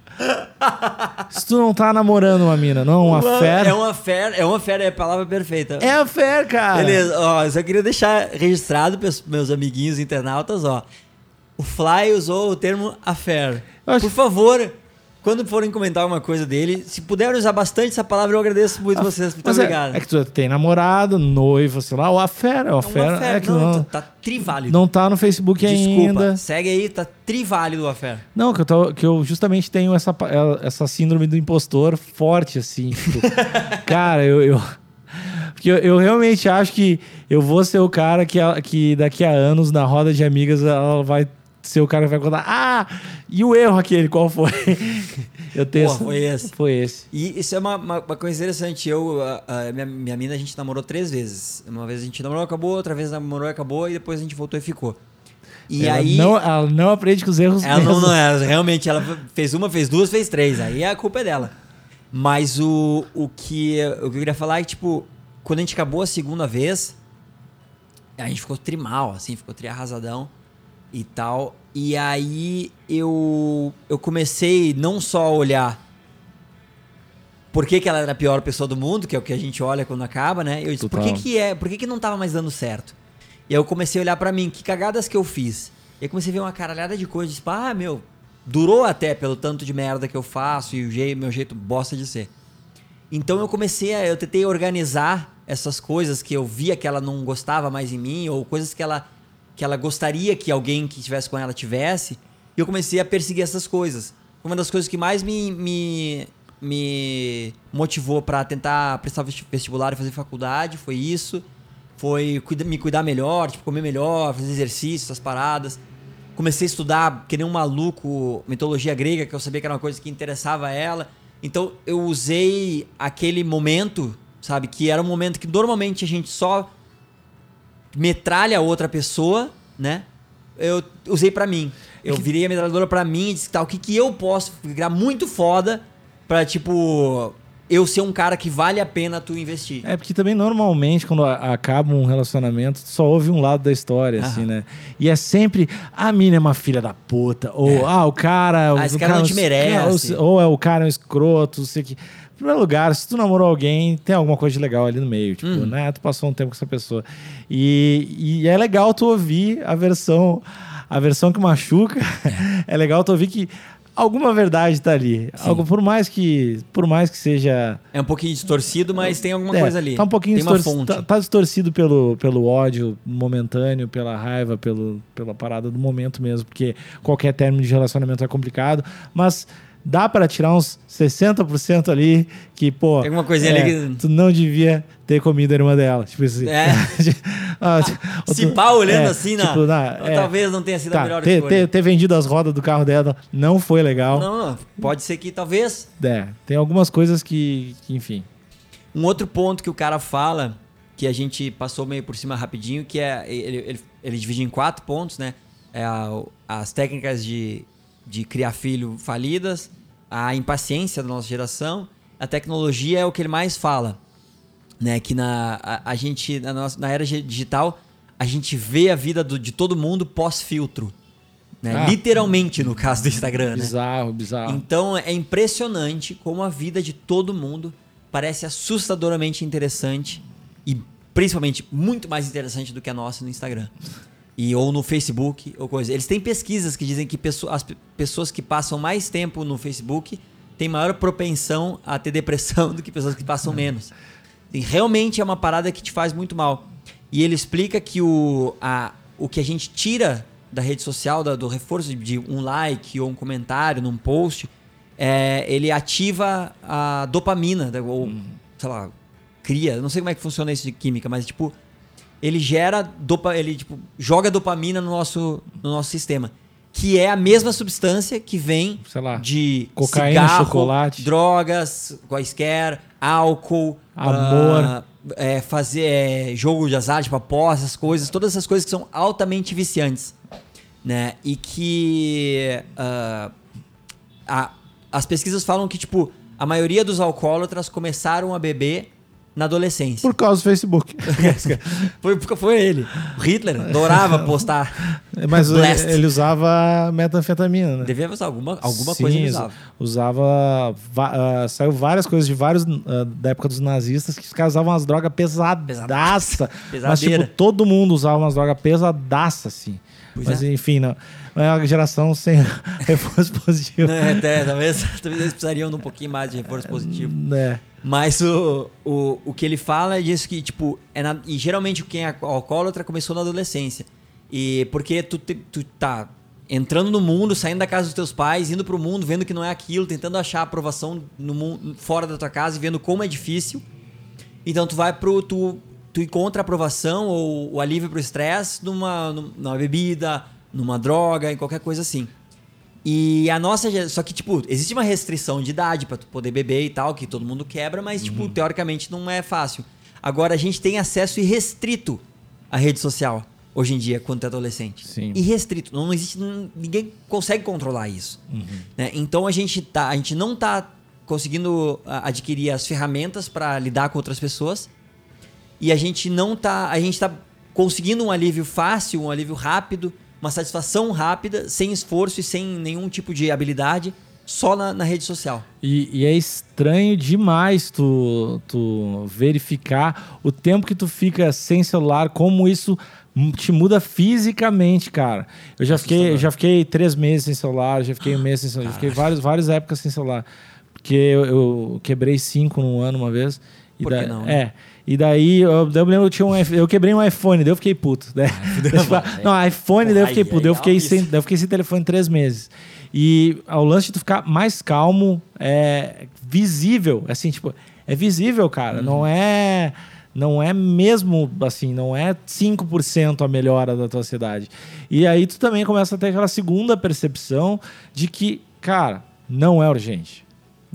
Se tu não tá namorando uma mina, não é uma fé? É uma fé, é a palavra perfeita. É a fé, cara. Beleza, ó, eu só queria deixar registrado pros meus amiguinhos internautas, ó. O Fly usou o termo affair. Por favor, Quando forem comentar alguma coisa dele, se puderem usar bastante essa palavra, eu agradeço muito vocês. Muito obrigado. É que tu tem namorado, noivo, sei lá, ou a fera. É que não, tá triválido. Não tá no Facebook ainda. Segue aí, tá triválido o Afera. Não, que eu justamente tenho essa síndrome do impostor forte, assim. Tipo, cara, porque eu realmente acho que eu vou ser o cara que daqui a anos, na roda de amigas, ela vai ser o cara que vai contar. E o erro aquele, qual foi? Eu tenho Foi esse. E isso é uma coisa interessante. Minha mina, a gente namorou 3 vezes. Uma vez a gente namorou, acabou. Outra vez namorou, acabou. E depois a gente voltou e ficou. E ela não aprende com os erros. Realmente, ela fez 1, fez 2, fez 3. Aí a culpa é dela. Mas o que eu queria falar é que, tipo, quando a gente acabou a segunda vez, a gente ficou trimal, assim, ficou arrasadão e tal. E aí eu comecei não só a olhar por que ela era a pior pessoa do mundo, que é o que a gente olha quando acaba, né? Eu disse, por que não tava mais dando certo? E aí eu comecei a olhar pra mim, que cagadas que eu fiz. E aí comecei a ver uma caralhada de coisas, tipo, durou até pelo tanto de merda que eu faço e meu jeito bosta de ser. Então eu tentei organizar essas coisas que eu via que ela não gostava mais em mim, ou coisas que ela gostaria que alguém que estivesse com ela tivesse, e eu comecei a perseguir essas coisas. Uma das coisas que mais me motivou para tentar prestar vestibular e fazer faculdade foi isso. Foi me cuidar melhor, tipo, comer melhor, fazer exercícios, essas paradas. Comecei a estudar, que nem um maluco, mitologia grega, que eu sabia que era uma coisa que interessava a ela. Então eu usei aquele momento, sabe, que era um momento que normalmente a gente só metralha outra pessoa, né? Eu usei pra mim. Eu virei a metralhadora pra mim e disse, o que eu posso virar muito foda pra, tipo, eu ser um cara que vale a pena tu investir. É porque também normalmente quando acaba um relacionamento, tu só ouve um lado da história, assim, né? E é sempre, a mina é uma filha da puta, ou o cara... esse cara não te merece. Ou o cara é um escroto, não sei o que... Em primeiro lugar, se tu namorou alguém, tem alguma coisa de legal ali no meio, tipo, né? Tu passou um tempo com essa pessoa. E é legal tu ouvir a versão que machuca. É legal tu ouvir que alguma verdade tá ali. Algo, por mais que seja... É um pouquinho distorcido, mas tem alguma coisa ali. Tá um pouquinho distorcido. Tá distorcido pelo ódio momentâneo, pela raiva, pela parada do momento mesmo, porque qualquer término de relacionamento é complicado, mas... Dá pra tirar uns 60% ali que, pô... Tem alguma coisinha ali que... Tu não devia ter comido a irmã dela. Tipo assim. Se pá, olhando assim, tipo, talvez não tenha sido a melhor escolha. Ter vendido as rodas do carro dela não foi legal. Não. Pode ser que talvez... Tem algumas coisas que enfim... Um outro ponto que o cara fala, que a gente passou meio por cima rapidinho, que é... Ele divide em 4 pontos, né? As técnicas de criar filho falidas, a impaciência da nossa geração, a tecnologia é o que ele mais fala, né? Que a gente, na era digital, a gente vê a vida de todo mundo pós-filtro, né? Literalmente no caso do Instagram, bizarro. Então é impressionante como a vida de todo mundo parece assustadoramente interessante e principalmente muito mais interessante do que a nossa no Instagram. Ou no Facebook, ou coisa. Eles têm pesquisas que dizem que as pessoas que passam mais tempo no Facebook têm maior propensão a ter depressão do que pessoas que passam menos. E realmente é uma parada que te faz muito mal. E ele explica que o que a gente tira da rede social, do reforço de um like ou um comentário num post, ele ativa a dopamina, ou, sei lá, cria. Não sei como é que funciona isso de química, mas tipo... Ele joga dopamina no nosso sistema, que é a mesma substância que vem de cocaína, cigarro, chocolate, drogas, quaisquer, álcool, amor, fazer jogo de azar, tipo aposta, essas coisas, todas essas coisas que são altamente viciantes, né? E que as pesquisas falam que tipo a maioria dos alcoólatras começaram a beber na adolescência. Por causa do Facebook. Foi ele. O Hitler adorava postar. Mas ele usava metanfetamina, né? Devia usar alguma coisa ele usava. Saiu várias coisas de vários da época dos nazistas que os caras usavam umas drogas pesadaça. Mas tipo, todo mundo usava umas drogas pesadaça, assim. Mas enfim, não. é uma geração sem reforço positivo. Talvez eles precisariam de um pouquinho mais de reforço positivo. É. Mas o que ele fala é disso que, tipo, e geralmente quem é alcoólatra começou na adolescência. E porque tu tá entrando no mundo, saindo da casa dos teus pais, indo pro mundo, vendo que não é aquilo, tentando achar aprovação no mundo, fora da tua casa e vendo como é difícil. Então tu vai tu encontra aprovação ou o alívio pro estresse numa bebida, numa droga, em qualquer coisa assim. E a nossa... Só que, tipo, existe uma restrição de idade pra tu poder beber e tal, que todo mundo quebra, mas, tipo, teoricamente não é fácil. Agora, a gente tem acesso irrestrito à rede social, hoje em dia, quando tu é adolescente. Sim. Irrestrito. Não existe... Ninguém consegue controlar isso. Né? Então, a gente não tá conseguindo adquirir as ferramentas pra lidar com outras pessoas. E a gente tá conseguindo um alívio fácil, um alívio rápido, uma satisfação rápida, sem esforço e sem nenhum tipo de habilidade, só na rede social. E é estranho demais tu verificar o tempo que tu fica sem celular, como isso te muda fisicamente, cara. Eu já fiquei 3 meses sem celular, já fiquei 1 mês sem celular, já fiquei várias épocas sem celular. Porque eu quebrei 5 num ano uma vez. Por que não? E daí, eu me lembro, eu quebrei um iPhone, daí eu fiquei puto. Né? Não, iPhone, daí eu fiquei puto. Daí eu fiquei sem telefone 3 meses. E ao lance de tu ficar mais calmo, é visível. Assim, tipo, é visível, cara. Não é mesmo, assim, não é 5% a melhora da tua ansiedade. E aí tu também começa a ter aquela segunda percepção de que, cara, não é urgente.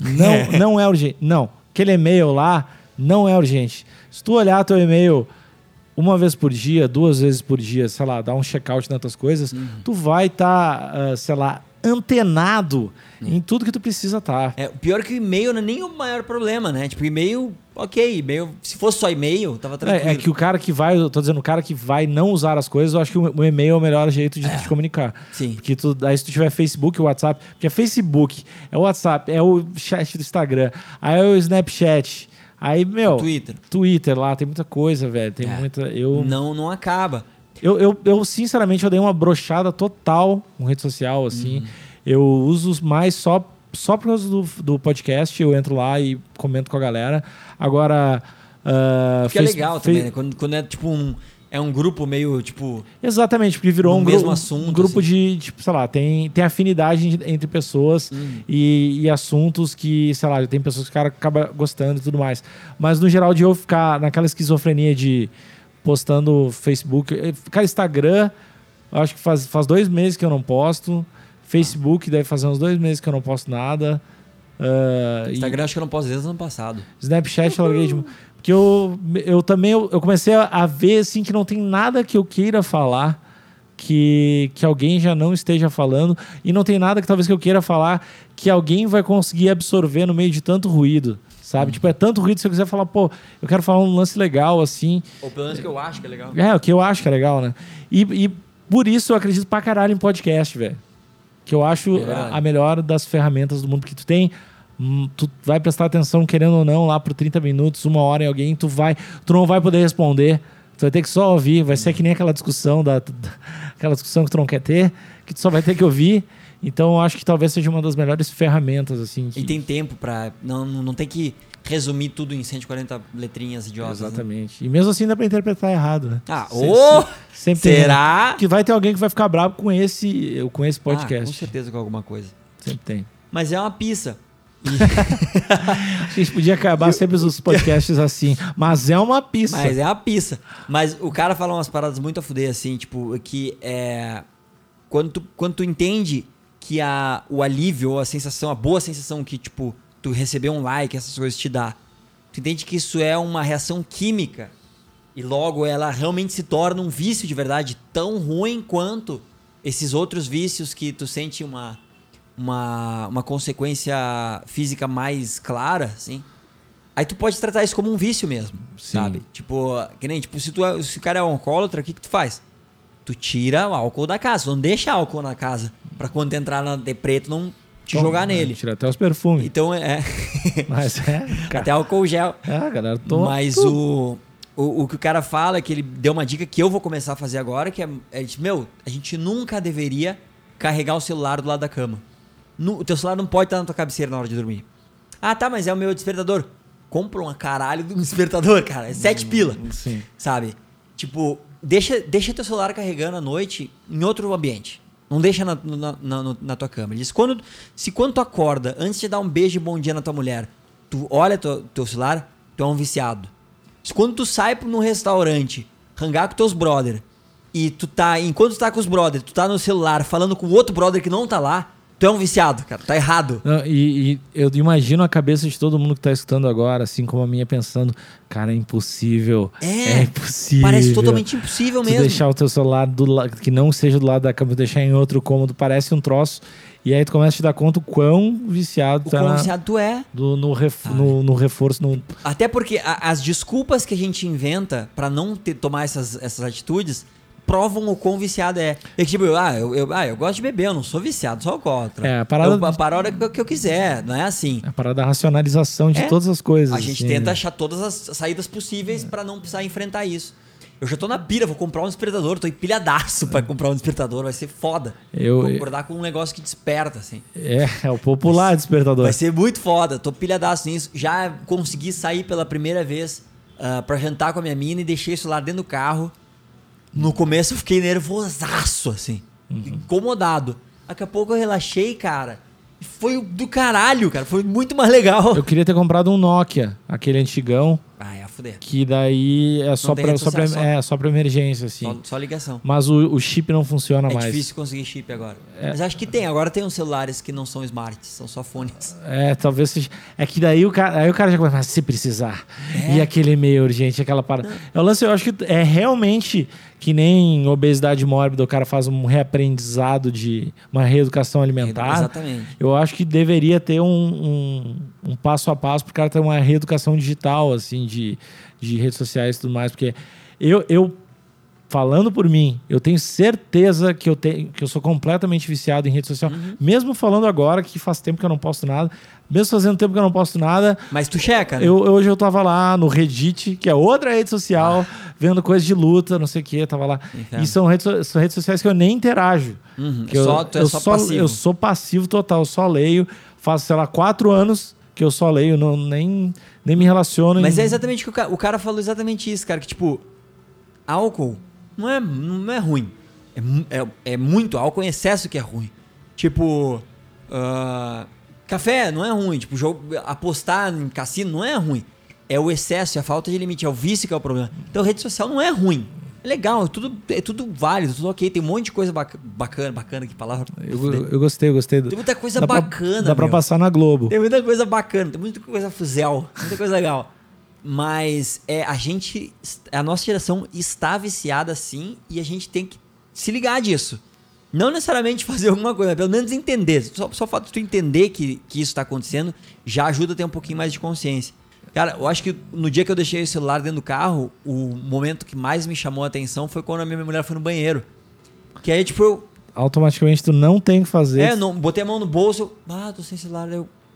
Não é urgente. Não, aquele e-mail lá não é urgente. Se tu olhar teu e-mail 1 vez por dia, 2 vezes por dia, sei lá, dar um check-out nas tuas coisas, tu vai estar, sei lá, antenado em tudo que tu precisa estar. O pior é que o e-mail não é nem o maior problema, né? Tipo, e-mail, e-mail, se fosse só e-mail, tava tranquilo. É que o cara que vai, eu tô dizendo, o cara que vai não usar as coisas, eu acho que o e-mail é o melhor jeito de te comunicar. Sim. Porque aí se tu tiver Facebook, WhatsApp, porque é Facebook, é o WhatsApp, é o chat do Instagram, aí é o Snapchat, aí, meu... Twitter lá, tem muita coisa, velho, tem muita... Não acaba. Eu sinceramente, eu dei uma brochada total com rede social, assim. Eu uso mais só por causa do podcast. Eu entro lá e comento com a galera. Agora... Porque é legal também, né? Quando é tipo um grupo meio, tipo... Exatamente, porque virou mesmo assunto, um grupo assim. de, tipo, sei lá, tem afinidade entre pessoas e assuntos que, sei lá, tem pessoas que o cara acaba gostando e tudo mais. Mas, no geral, de eu ficar naquela esquizofrenia de... postando Facebook. Cara, Instagram, acho que faz 2 meses que eu não posto. Facebook deve fazer uns 2 meses que eu não posto nada. Instagram acho que eu não posto desde o ano passado. Snapchat eu larguei de... Porque eu também eu comecei a ver assim, que não tem nada que eu queira falar que alguém já não esteja falando. E não tem nada que talvez que eu queira falar que alguém vai conseguir absorver no meio de tanto ruído. Sabe? Tipo, é tanto ruído, se eu quiser falar, pô, eu quero falar um lance legal, assim. Ou pelo menos que eu acho que é legal. O que eu acho que é legal, né? E por isso eu acredito pra caralho em podcast, velho. Que eu acho a melhor das ferramentas do mundo. Porque tu vai prestar atenção, querendo ou não, lá por 30 minutos, 1 hora em alguém, tu não vai poder responder. Tu vai ter que só ouvir. Vai ser que nem aquela discussão aquela discussão que tu não quer ter, que tu só vai ter que ouvir. Então, eu acho que talvez seja uma das melhores ferramentas, assim. E tem tempo pra... Não tem que resumir tudo em 140 letrinhas idiotas. Exatamente. Né? E mesmo assim dá pra interpretar errado, né? Sempre será? Que vai ter alguém que vai ficar bravo com esse podcast. Com certeza com alguma coisa. Sempre tem. Mas é uma pizza. A gente podia acabar sempre os podcasts assim. Mas é uma pizza. Mas o cara fala umas paradas muito a fuder, assim, tipo, que é... Quando tu entende que o alívio ou a sensação, a boa sensação que, tipo, tu receber um like, essas coisas te dá, tu entende que isso é uma reação química e logo ela realmente se torna um vício de verdade tão ruim quanto esses outros vícios que tu sente uma consequência física mais clara, assim. Aí tu pode tratar isso como um vício mesmo, sabe? Tipo, que nem, tipo, se o cara é um alcoólatra, o que tu faz? Tu tira o álcool da casa, tu não deixa álcool na casa pra quando entrar na deprê tu não te jogar nele. Tira até os perfumes. Então Mas cara, até álcool gel. Galera, toma. Mas o que o cara fala é que ele deu uma dica que eu vou começar a fazer agora, que é meu, a gente nunca deveria carregar o celular do lado da cama. O teu celular não pode estar na tua cabeceira na hora de dormir. Ah, tá, mas é o meu despertador. Compra uma caralho de um despertador, cara. É 7 pila. Sim. Sabe? Tipo, deixa teu celular carregando à noite em outro ambiente. Não deixa na tua cama. Ele diz, quando tu acorda, antes de dar um beijo e bom dia na tua mulher, tu olha teu celular, tu é um viciado. Quando tu sai num restaurante, hangar com teus brother, e enquanto tu tá com os brother, tu tá no celular falando com o outro brother que não tá lá, tu é um viciado, cara. Tá errado. Não, e eu imagino a cabeça de todo mundo que tá escutando agora, assim como a minha, pensando, cara, é impossível. É impossível. Parece totalmente impossível mesmo. Deixar o teu celular que não seja do lado da cama, deixar em outro cômodo, parece um troço. E aí tu começa a te dar conta o quão viciado quão viciado tu é. No reforço. Até porque as desculpas que a gente inventa pra não tomar essas atitudes provam o quão viciado é. É que tipo, eu gosto de beber, eu não sou viciado, sou alcoólatra. É, a parada... Eu paro a hora que eu quiser, não é assim. A parada da racionalização de todas as coisas. A gente tenta achar todas as saídas possíveis pra não precisar enfrentar isso. Eu já tô na pira, vou comprar um despertador, tô empilhadaço pra comprar um despertador, vai ser foda. Vou acordar com um negócio que desperta, assim. É o popular despertador. Vai ser muito foda, tô pilhadaço nisso. Já consegui sair pela primeira vez pra jantar com a minha mina e deixei isso lá dentro do carro. No começo eu fiquei nervosaço, assim, incomodado. Daqui a pouco eu relaxei, cara. Foi do caralho, cara. Foi muito mais legal. Eu queria ter comprado um Nokia, aquele antigão. Ah, é a fuder. Que daí é só pra emergência, assim. Só ligação. Mas o chip não funciona mais. É difícil conseguir chip agora. Mas acho que tem. Agora tem uns celulares que não são smarts, são só fones. Talvez seja. É que daí o cara já começa, mas se precisar. E aquele e-mail urgente, aquela parada. O lance, eu acho que é realmente que nem obesidade mórbida, o cara faz um reaprendizado de uma reeducação alimentar. Exatamente. Eu acho que deveria ter um passo a passo pro cara ter uma reeducação digital, assim, de redes sociais e tudo mais, porque eu falando por mim, eu tenho certeza que eu sou completamente viciado em rede social, mesmo falando agora que faz tempo que eu não posto nada, mesmo fazendo tempo que eu não posto nada. Mas tu checa, né? Hoje eu tava lá no Reddit, que é outra rede social, vendo coisas de luta, não sei o que, tava lá. Inferno. E são redes sociais que eu nem interajo. Tu é só passivo. Eu sou passivo total, eu só leio, faço, sei lá, 4 anos que eu só leio, nem me relaciono. Mas é exatamente o que o cara falou exatamente isso, cara, que tipo, álcool não é ruim. É muito álcool em excesso que é ruim. Tipo, café não é ruim. Tipo, apostar em cassino não é ruim. É o excesso, é a falta de limite, é o vício que é o problema. Então, rede social não é ruim. É legal, é tudo válido, tudo ok. Tem um monte de coisa bacana, que palavra. Eu gostei. Tem muita coisa bacana. Dá pra passar na Globo. Tem muita coisa bacana, tem muita coisa fuzel, muita coisa legal. Mas a nossa geração está viciada sim e a gente tem que se ligar disso. Não necessariamente fazer alguma coisa, mas pelo menos entender. Só o fato de tu entender que isso está acontecendo já ajuda a ter um pouquinho mais de consciência. Cara, eu acho que no dia que eu deixei o celular dentro do carro, o momento que mais me chamou a atenção foi quando a minha mulher foi no banheiro. Que aí, tipo, automaticamente tu não tem que fazer. Botei a mão no bolso, tô sem celular,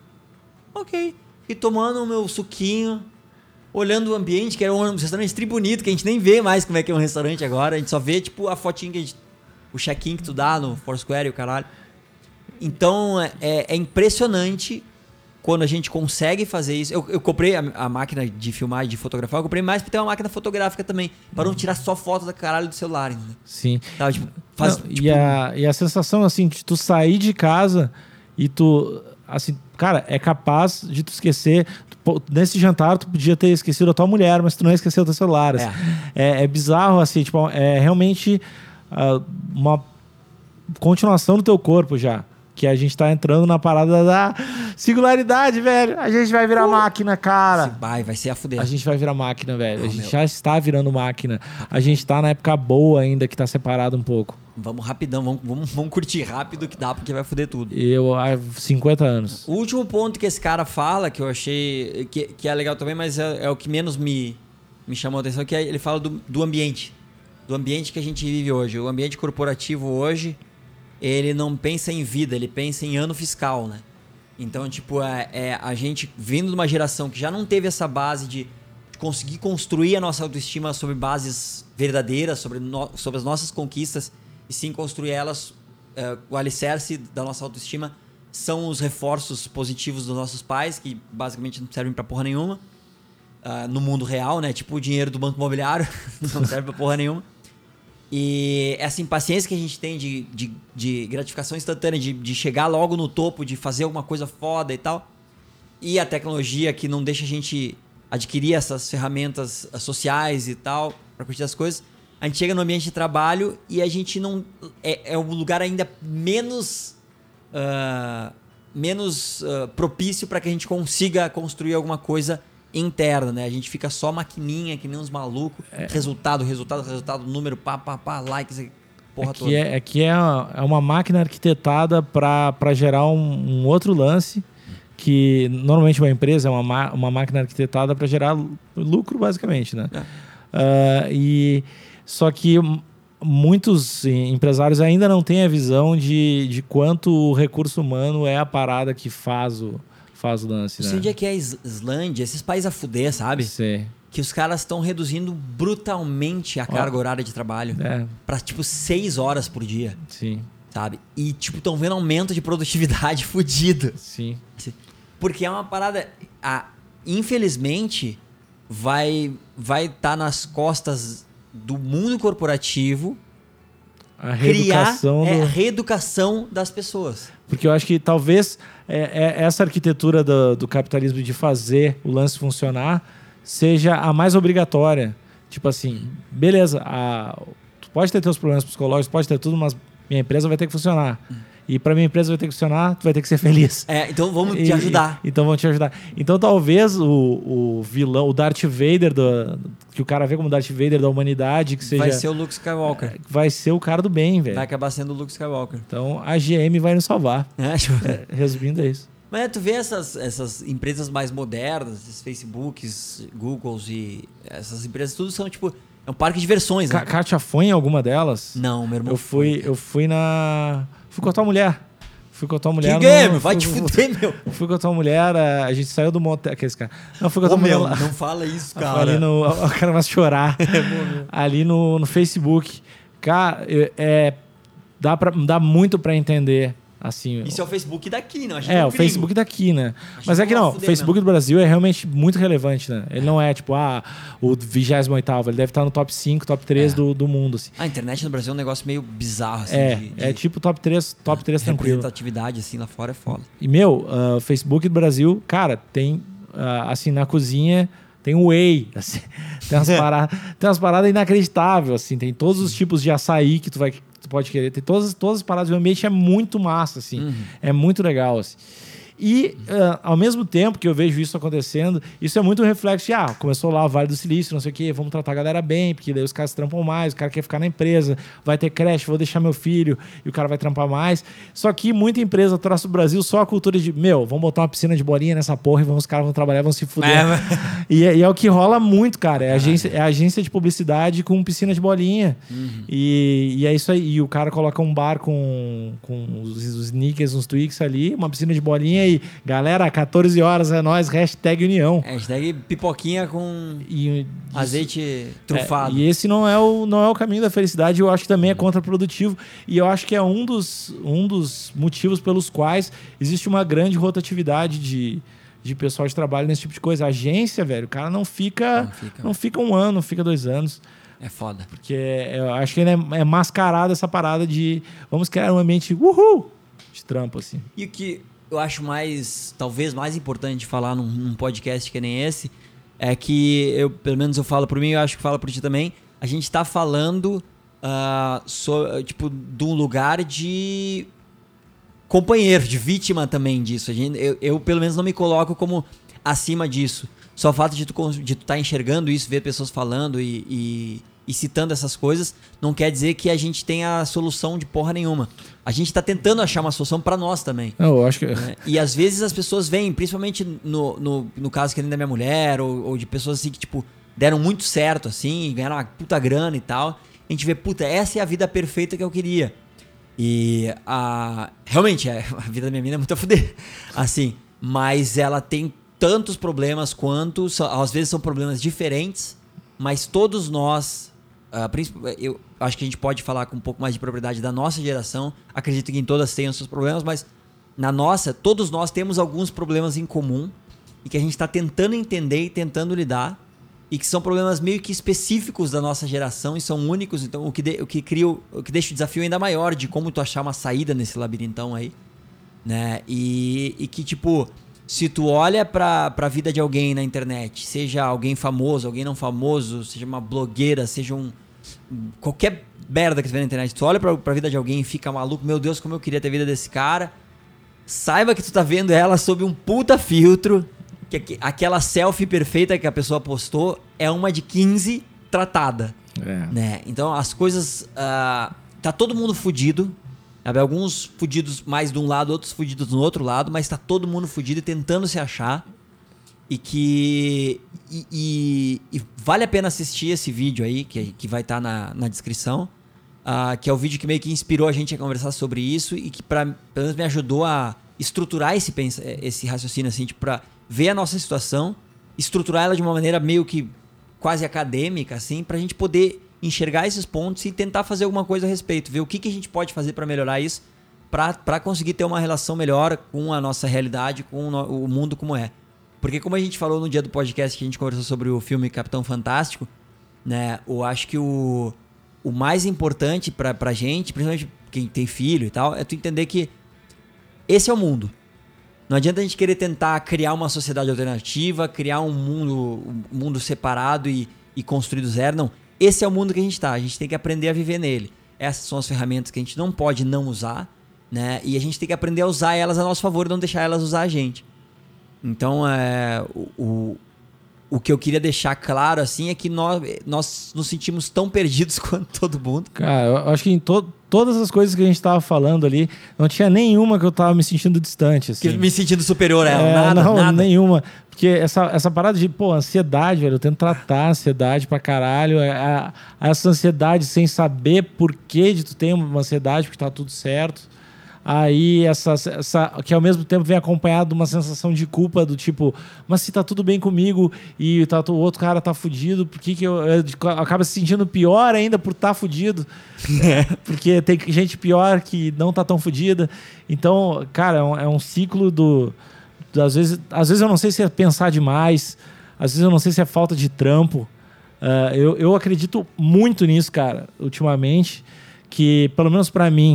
ok. Fiquei tomando o meu suquinho, olhando o ambiente, que era um restaurante tri bonito, que a gente nem vê mais como é que é um restaurante agora. A gente só vê, tipo, a fotinha o check-in que tu dá no Foursquare e o caralho. Então, é impressionante quando a gente consegue fazer isso. Eu comprei a máquina de filmar e de fotografar, eu comprei mais pra ter uma máquina fotográfica também, para não tirar só foto da caralho do celular, entendeu? Sim. Tá, tipo, e a sensação, assim, de tu sair de casa e tu, assim, cara, é capaz de tu esquecer. Nesse jantar tu podia ter esquecido a tua mulher, mas tu não esqueceu o teu celular. Assim. É bizarro, assim, tipo, é realmente uma continuação do teu corpo já. Que a gente tá entrando na parada da singularidade, velho. A gente vai virar máquina, cara. Vai ser a fuder. A gente vai virar máquina, velho. A gente já está virando máquina. A gente tá na época boa ainda, que tá separado um pouco. Vamos rapidão, vamos curtir rápido que dá, porque vai fuder tudo. Há 50 anos. O último ponto que esse cara fala, que eu achei que é legal também, mas é o que menos me chamou a atenção, que ele fala do ambiente. Do ambiente que a gente vive hoje. O ambiente corporativo hoje, ele não pensa em vida, ele pensa em ano fiscal, né? Então, tipo, a gente vindo de uma geração que já não teve essa base de conseguir construir a nossa autoestima sobre bases verdadeiras, sobre as nossas conquistas, e sim construir elas o alicerce da nossa autoestima são os reforços positivos dos nossos pais, que basicamente não servem pra porra nenhuma. No mundo real, né? Tipo o dinheiro do banco imobiliário, não serve pra porra nenhuma. E essa impaciência que a gente tem de gratificação instantânea, de chegar logo no topo, de fazer alguma coisa foda e tal. E a tecnologia que não deixa a gente adquirir essas ferramentas sociais e tal, pra curtir as coisas. A gente chega no ambiente de trabalho e a gente não... É um lugar ainda menos propício para que a gente consiga construir alguma coisa interna, né? A gente fica só maquininha, que nem uns malucos. Resultado, número, likes, porra toda. É uma máquina arquitetada para gerar um outro lance, que normalmente uma empresa é uma máquina arquitetada para gerar lucro, basicamente, né? Só que muitos empresários ainda não têm a visão de quanto o recurso humano é a parada que faz o lance, né? Você onde é que é Islândia, esses países a fuder, sabe? Sim. Que os caras estão reduzindo brutalmente a carga horária de trabalho pra, tipo, 6 horas por dia. Sim. Sabe? E, tipo, estão vendo aumento de produtividade fudido. Sim. Assim, porque é uma parada... infelizmente, vai estar nas costas do mundo corporativo a reeducação criar a reeducação das pessoas. Porque eu acho que talvez essa arquitetura do capitalismo de fazer o lance funcionar seja a mais obrigatória. Tipo assim, beleza, tu pode ter teus problemas psicológicos, pode ter tudo, mas minha empresa vai ter que funcionar. E para minha empresa vai ter que funcionar, tu vai ter que ser feliz. Então vamos te ajudar. Então vamos te ajudar. Então talvez o vilão, o Darth Vader, que o cara vê como Darth Vader da humanidade, que seja... Vai ser o Luke Skywalker. Vai ser o cara do bem, velho. Vai acabar sendo o Luke Skywalker. Então a GM vai nos salvar. Resumindo, é isso. Mas tu vê essas empresas mais modernas, esses Facebooks, Googles e essas empresas, tudo são tipo... É um parque de diversões, né? Kátia foi em alguma delas? Não, meu irmão. Eu fui Fui com a tua mulher. Que game? Vai te fuder, meu. Fui com a tua mulher, a gente saiu do motel. Aqueles caras. Não, fui com a tua mulher. Não fala isso, cara. Ali o cara vai chorar. Ali no Facebook. Cara, dá muito pra entender. Assim, isso é o Facebook daqui, não? O Facebook daqui, né? Mas é que não, o Facebook do Brasil é realmente muito relevante, né? Ele não é tipo, o 28º, ele deve estar no top 5, top 3 do mundo, assim. A internet no Brasil é um negócio meio bizarro, assim. É tipo top 3 tranquilo. Representatividade, assim, lá fora é foda. E, o Facebook do Brasil, cara, tem, assim, na cozinha... Tem o whey, assim, tem umas paradas inacreditáveis, assim, tem todos os tipos de açaí que tu pode querer, tem todas as paradas, o ambiente é muito massa, assim, é muito legal, assim. E, ao mesmo tempo que eu vejo isso acontecendo, isso é muito um reflexo de, começou lá o Vale do Silício, não sei o quê, vamos tratar a galera bem, porque daí os caras trampam mais, o cara quer ficar na empresa, vai ter creche, vou deixar meu filho, e o cara vai trampar mais. Só que muita empresa traz pro Brasil só a cultura de, vamos botar uma piscina de bolinha nessa porra e os caras vão trabalhar, vão se fuder. E é o que rola muito, cara, é agência de publicidade com piscina de bolinha. E é isso aí, e o cara coloca um bar com os sneakers, uns Twix ali, uma piscina de bolinha. E, galera, 14 horas é nóis, hashtag União. Hashtag pipoquinha com azeite trufado. E esse não é o caminho da felicidade, eu acho que também é contraprodutivo. E eu acho que é um dos motivos pelos quais existe uma grande rotatividade de pessoal de trabalho nesse tipo de coisa. A agência, velho, o cara não fica 1 ano, não fica 2 anos. É foda. Porque eu acho que ele é mascarado essa parada de vamos criar um ambiente de trampo, assim. E o que eu acho talvez mais importante de falar num podcast que nem esse, é que pelo menos eu falo por mim, eu acho que falo por ti também, a gente tá falando tipo, de um lugar de companheiro, de vítima também disso. Eu pelo menos não me coloco como acima disso. Só o fato de tu tá enxergando isso, ver pessoas falando e citando essas coisas, não quer dizer que a gente tenha a solução de porra nenhuma. A gente tá tentando achar uma solução pra nós também. Eu acho que... E às vezes as pessoas vêm, principalmente no caso que nem da minha mulher, ou de pessoas assim que, tipo, deram muito certo, assim, ganharam uma puta grana e tal. A gente vê, essa é a vida perfeita que eu queria. E realmente, a vida da minha mina é muito a fuder. Assim, mas ela tem tantos problemas às vezes são problemas diferentes, mas todos nós... acho que a gente pode falar com um pouco mais de propriedade da nossa geração. Acredito que em todas tenham seus problemas, mas na nossa, todos nós temos alguns problemas em comum e que a gente está tentando entender e tentando lidar, e que são problemas meio que específicos da nossa geração e são únicos. Então, o que deixa o desafio ainda maior de como tu achar uma saída nesse labirintão aí, né? E que, tipo, se tu olha pra vida de alguém na internet, seja alguém famoso, alguém não famoso, seja uma blogueira, seja qualquer merda que tu vê na internet, tu olha pra vida de alguém e fica maluco, meu Deus, como eu queria ter a vida desse cara, saiba que tu tá vendo ela sob um puta filtro, que aquela selfie perfeita que a pessoa postou é uma de 15 tratada, né? Então as coisas, tá todo mundo fudido, sabe? Alguns fudidos mais de um lado, outros fudidos do outro lado, mas tá todo mundo fudido e tentando se achar, e vale a pena assistir esse vídeo aí, que vai estar na descrição, que é o vídeo que meio que inspirou a gente a conversar sobre isso e que pelo menos me ajudou a estruturar esse raciocínio, assim, tipo, pra ver a nossa situação, estruturar ela de uma maneira meio que quase acadêmica, assim, pra gente poder enxergar esses pontos e tentar fazer alguma coisa a respeito, ver o que a gente pode fazer pra melhorar isso, pra conseguir ter uma relação melhor com a nossa realidade, com o mundo como é. Porque como a gente falou no dia do podcast que a gente conversou sobre o filme Capitão Fantástico, né, eu acho que o mais importante pra gente, principalmente quem tem filho e tal, é tu entender que esse é o mundo. Não adianta a gente querer tentar criar uma sociedade alternativa, criar um mundo separado e construir do zero. Não, esse é o mundo que a gente está. A gente tem que aprender a viver nele. Essas são as ferramentas que a gente não pode não usar, né? E a gente tem que aprender a usar elas a nosso favor e não deixar elas usar a gente. Então, o que eu queria deixar claro, assim, é que nós nos sentimos tão perdidos quanto todo mundo. Cara, eu acho que em todas as coisas que a gente estava falando ali, não tinha nenhuma que eu tava me sentindo distante, assim. Me sentindo superior a ela, nada. Nenhuma. Porque essa parada de, ansiedade, velho, eu tento tratar a ansiedade pra caralho, essa ansiedade sem saber por que de tu ter uma ansiedade, porque tá tudo certo. Aí essa que ao mesmo tempo vem acompanhado de uma sensação de culpa do tipo, mas se tá tudo bem comigo e o outro cara tá fudido, por que eu acaba se sentindo pior ainda por tá fudido? Porque tem gente pior que não tá tão fudida. Então, cara, é um ciclo às vezes eu não sei se é pensar demais, às vezes eu não sei se é falta de trampo. Eu acredito muito nisso, cara, ultimamente, que pelo menos pra mim,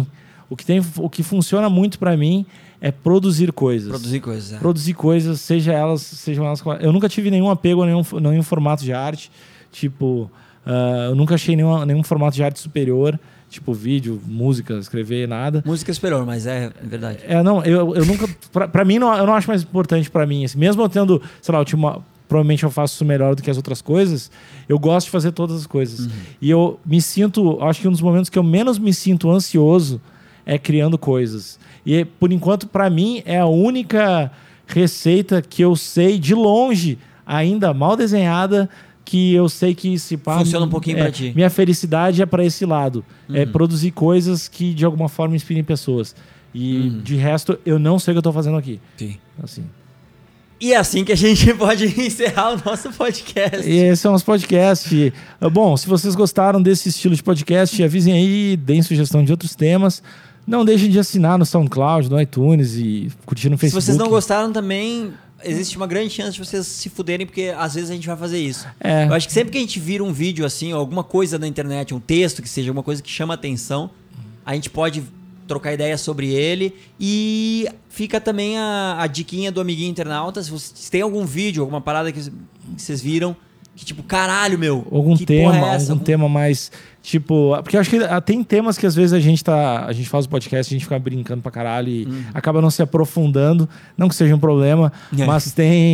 o que funciona muito pra mim é produzir coisas. Produzir coisas, sejam elas... Eu nunca tive nenhum apego a nenhum formato de arte. Tipo, eu nunca achei nenhum formato de arte superior. Tipo, vídeo, música, escrever, nada. Música é superior, mas é verdade. Não, eu nunca... Pra mim, eu não acho mais importante pra mim. Assim, mesmo eu tendo, sei lá, provavelmente eu faço isso melhor do que as outras coisas, eu gosto de fazer todas as coisas. Uhum. E eu me sinto... Acho que um dos momentos que eu menos me sinto ansioso é criando coisas. E, por enquanto, para mim, é a única receita que eu sei, de longe, ainda mal desenhada, que eu sei que se funciona um pouquinho para ti. Minha felicidade é para esse lado. É produzir coisas que, de alguma forma, inspirem pessoas. E, de resto, eu não sei o que eu tô fazendo aqui. Sim. Assim. E é assim que a gente pode encerrar o nosso podcast. E esse é o nosso podcast. Bom, se vocês gostaram desse estilo de podcast, avisem aí, deem sugestão de outros temas. Não deixem de assinar no SoundCloud, no iTunes e curtir no Facebook. Se vocês não gostaram também, existe uma grande chance de vocês se fuderem, porque às vezes a gente vai fazer isso. Eu acho que sempre que a gente vira um vídeo assim, ou alguma coisa na internet, um texto que seja alguma coisa que chama atenção, a gente pode trocar ideia sobre ele. E fica também a diquinha do amiguinho internauta. Se vocês têm algum vídeo, alguma parada que vocês viram, que tipo, caralho, meu, algum que tema, porra é essa? Algum tema mais, tipo... Porque eu acho que tem temas que às vezes a gente faz o podcast, a gente fica brincando pra caralho e acaba não se aprofundando. Não que seja um problema, mas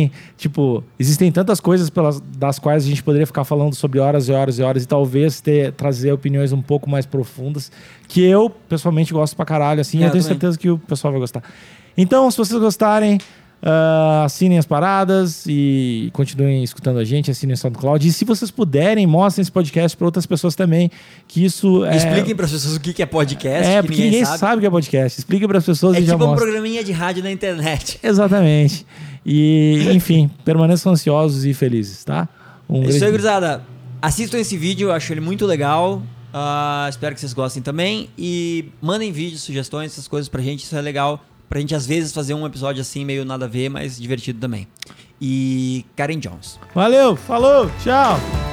existem tantas coisas das quais a gente poderia ficar falando sobre horas e horas e horas e talvez trazer opiniões um pouco mais profundas, que eu, pessoalmente, gosto pra caralho, assim, e eu tenho certeza que o pessoal vai gostar. Então, se vocês gostarem... assinem as paradas e continuem escutando a gente, assinem o SoundCloud. E se vocês puderem, mostrem esse podcast para outras pessoas também, que isso expliquem para as pessoas o que é podcast. Porque ninguém sabe o que é podcast. Expliquem para as pessoas e já mostra. Um programinha de rádio na internet. Exatamente. E, enfim, permaneçam ansiosos e felizes, tá? Isso aí, gurizada. Assistam esse vídeo, eu acho ele muito legal. Espero que vocês gostem também. E mandem vídeos, sugestões, essas coisas pra gente. Isso é legal. Pra gente, às vezes, fazer um episódio assim, meio nada a ver, mas divertido também. E Karen Jones. Valeu, falou, tchau!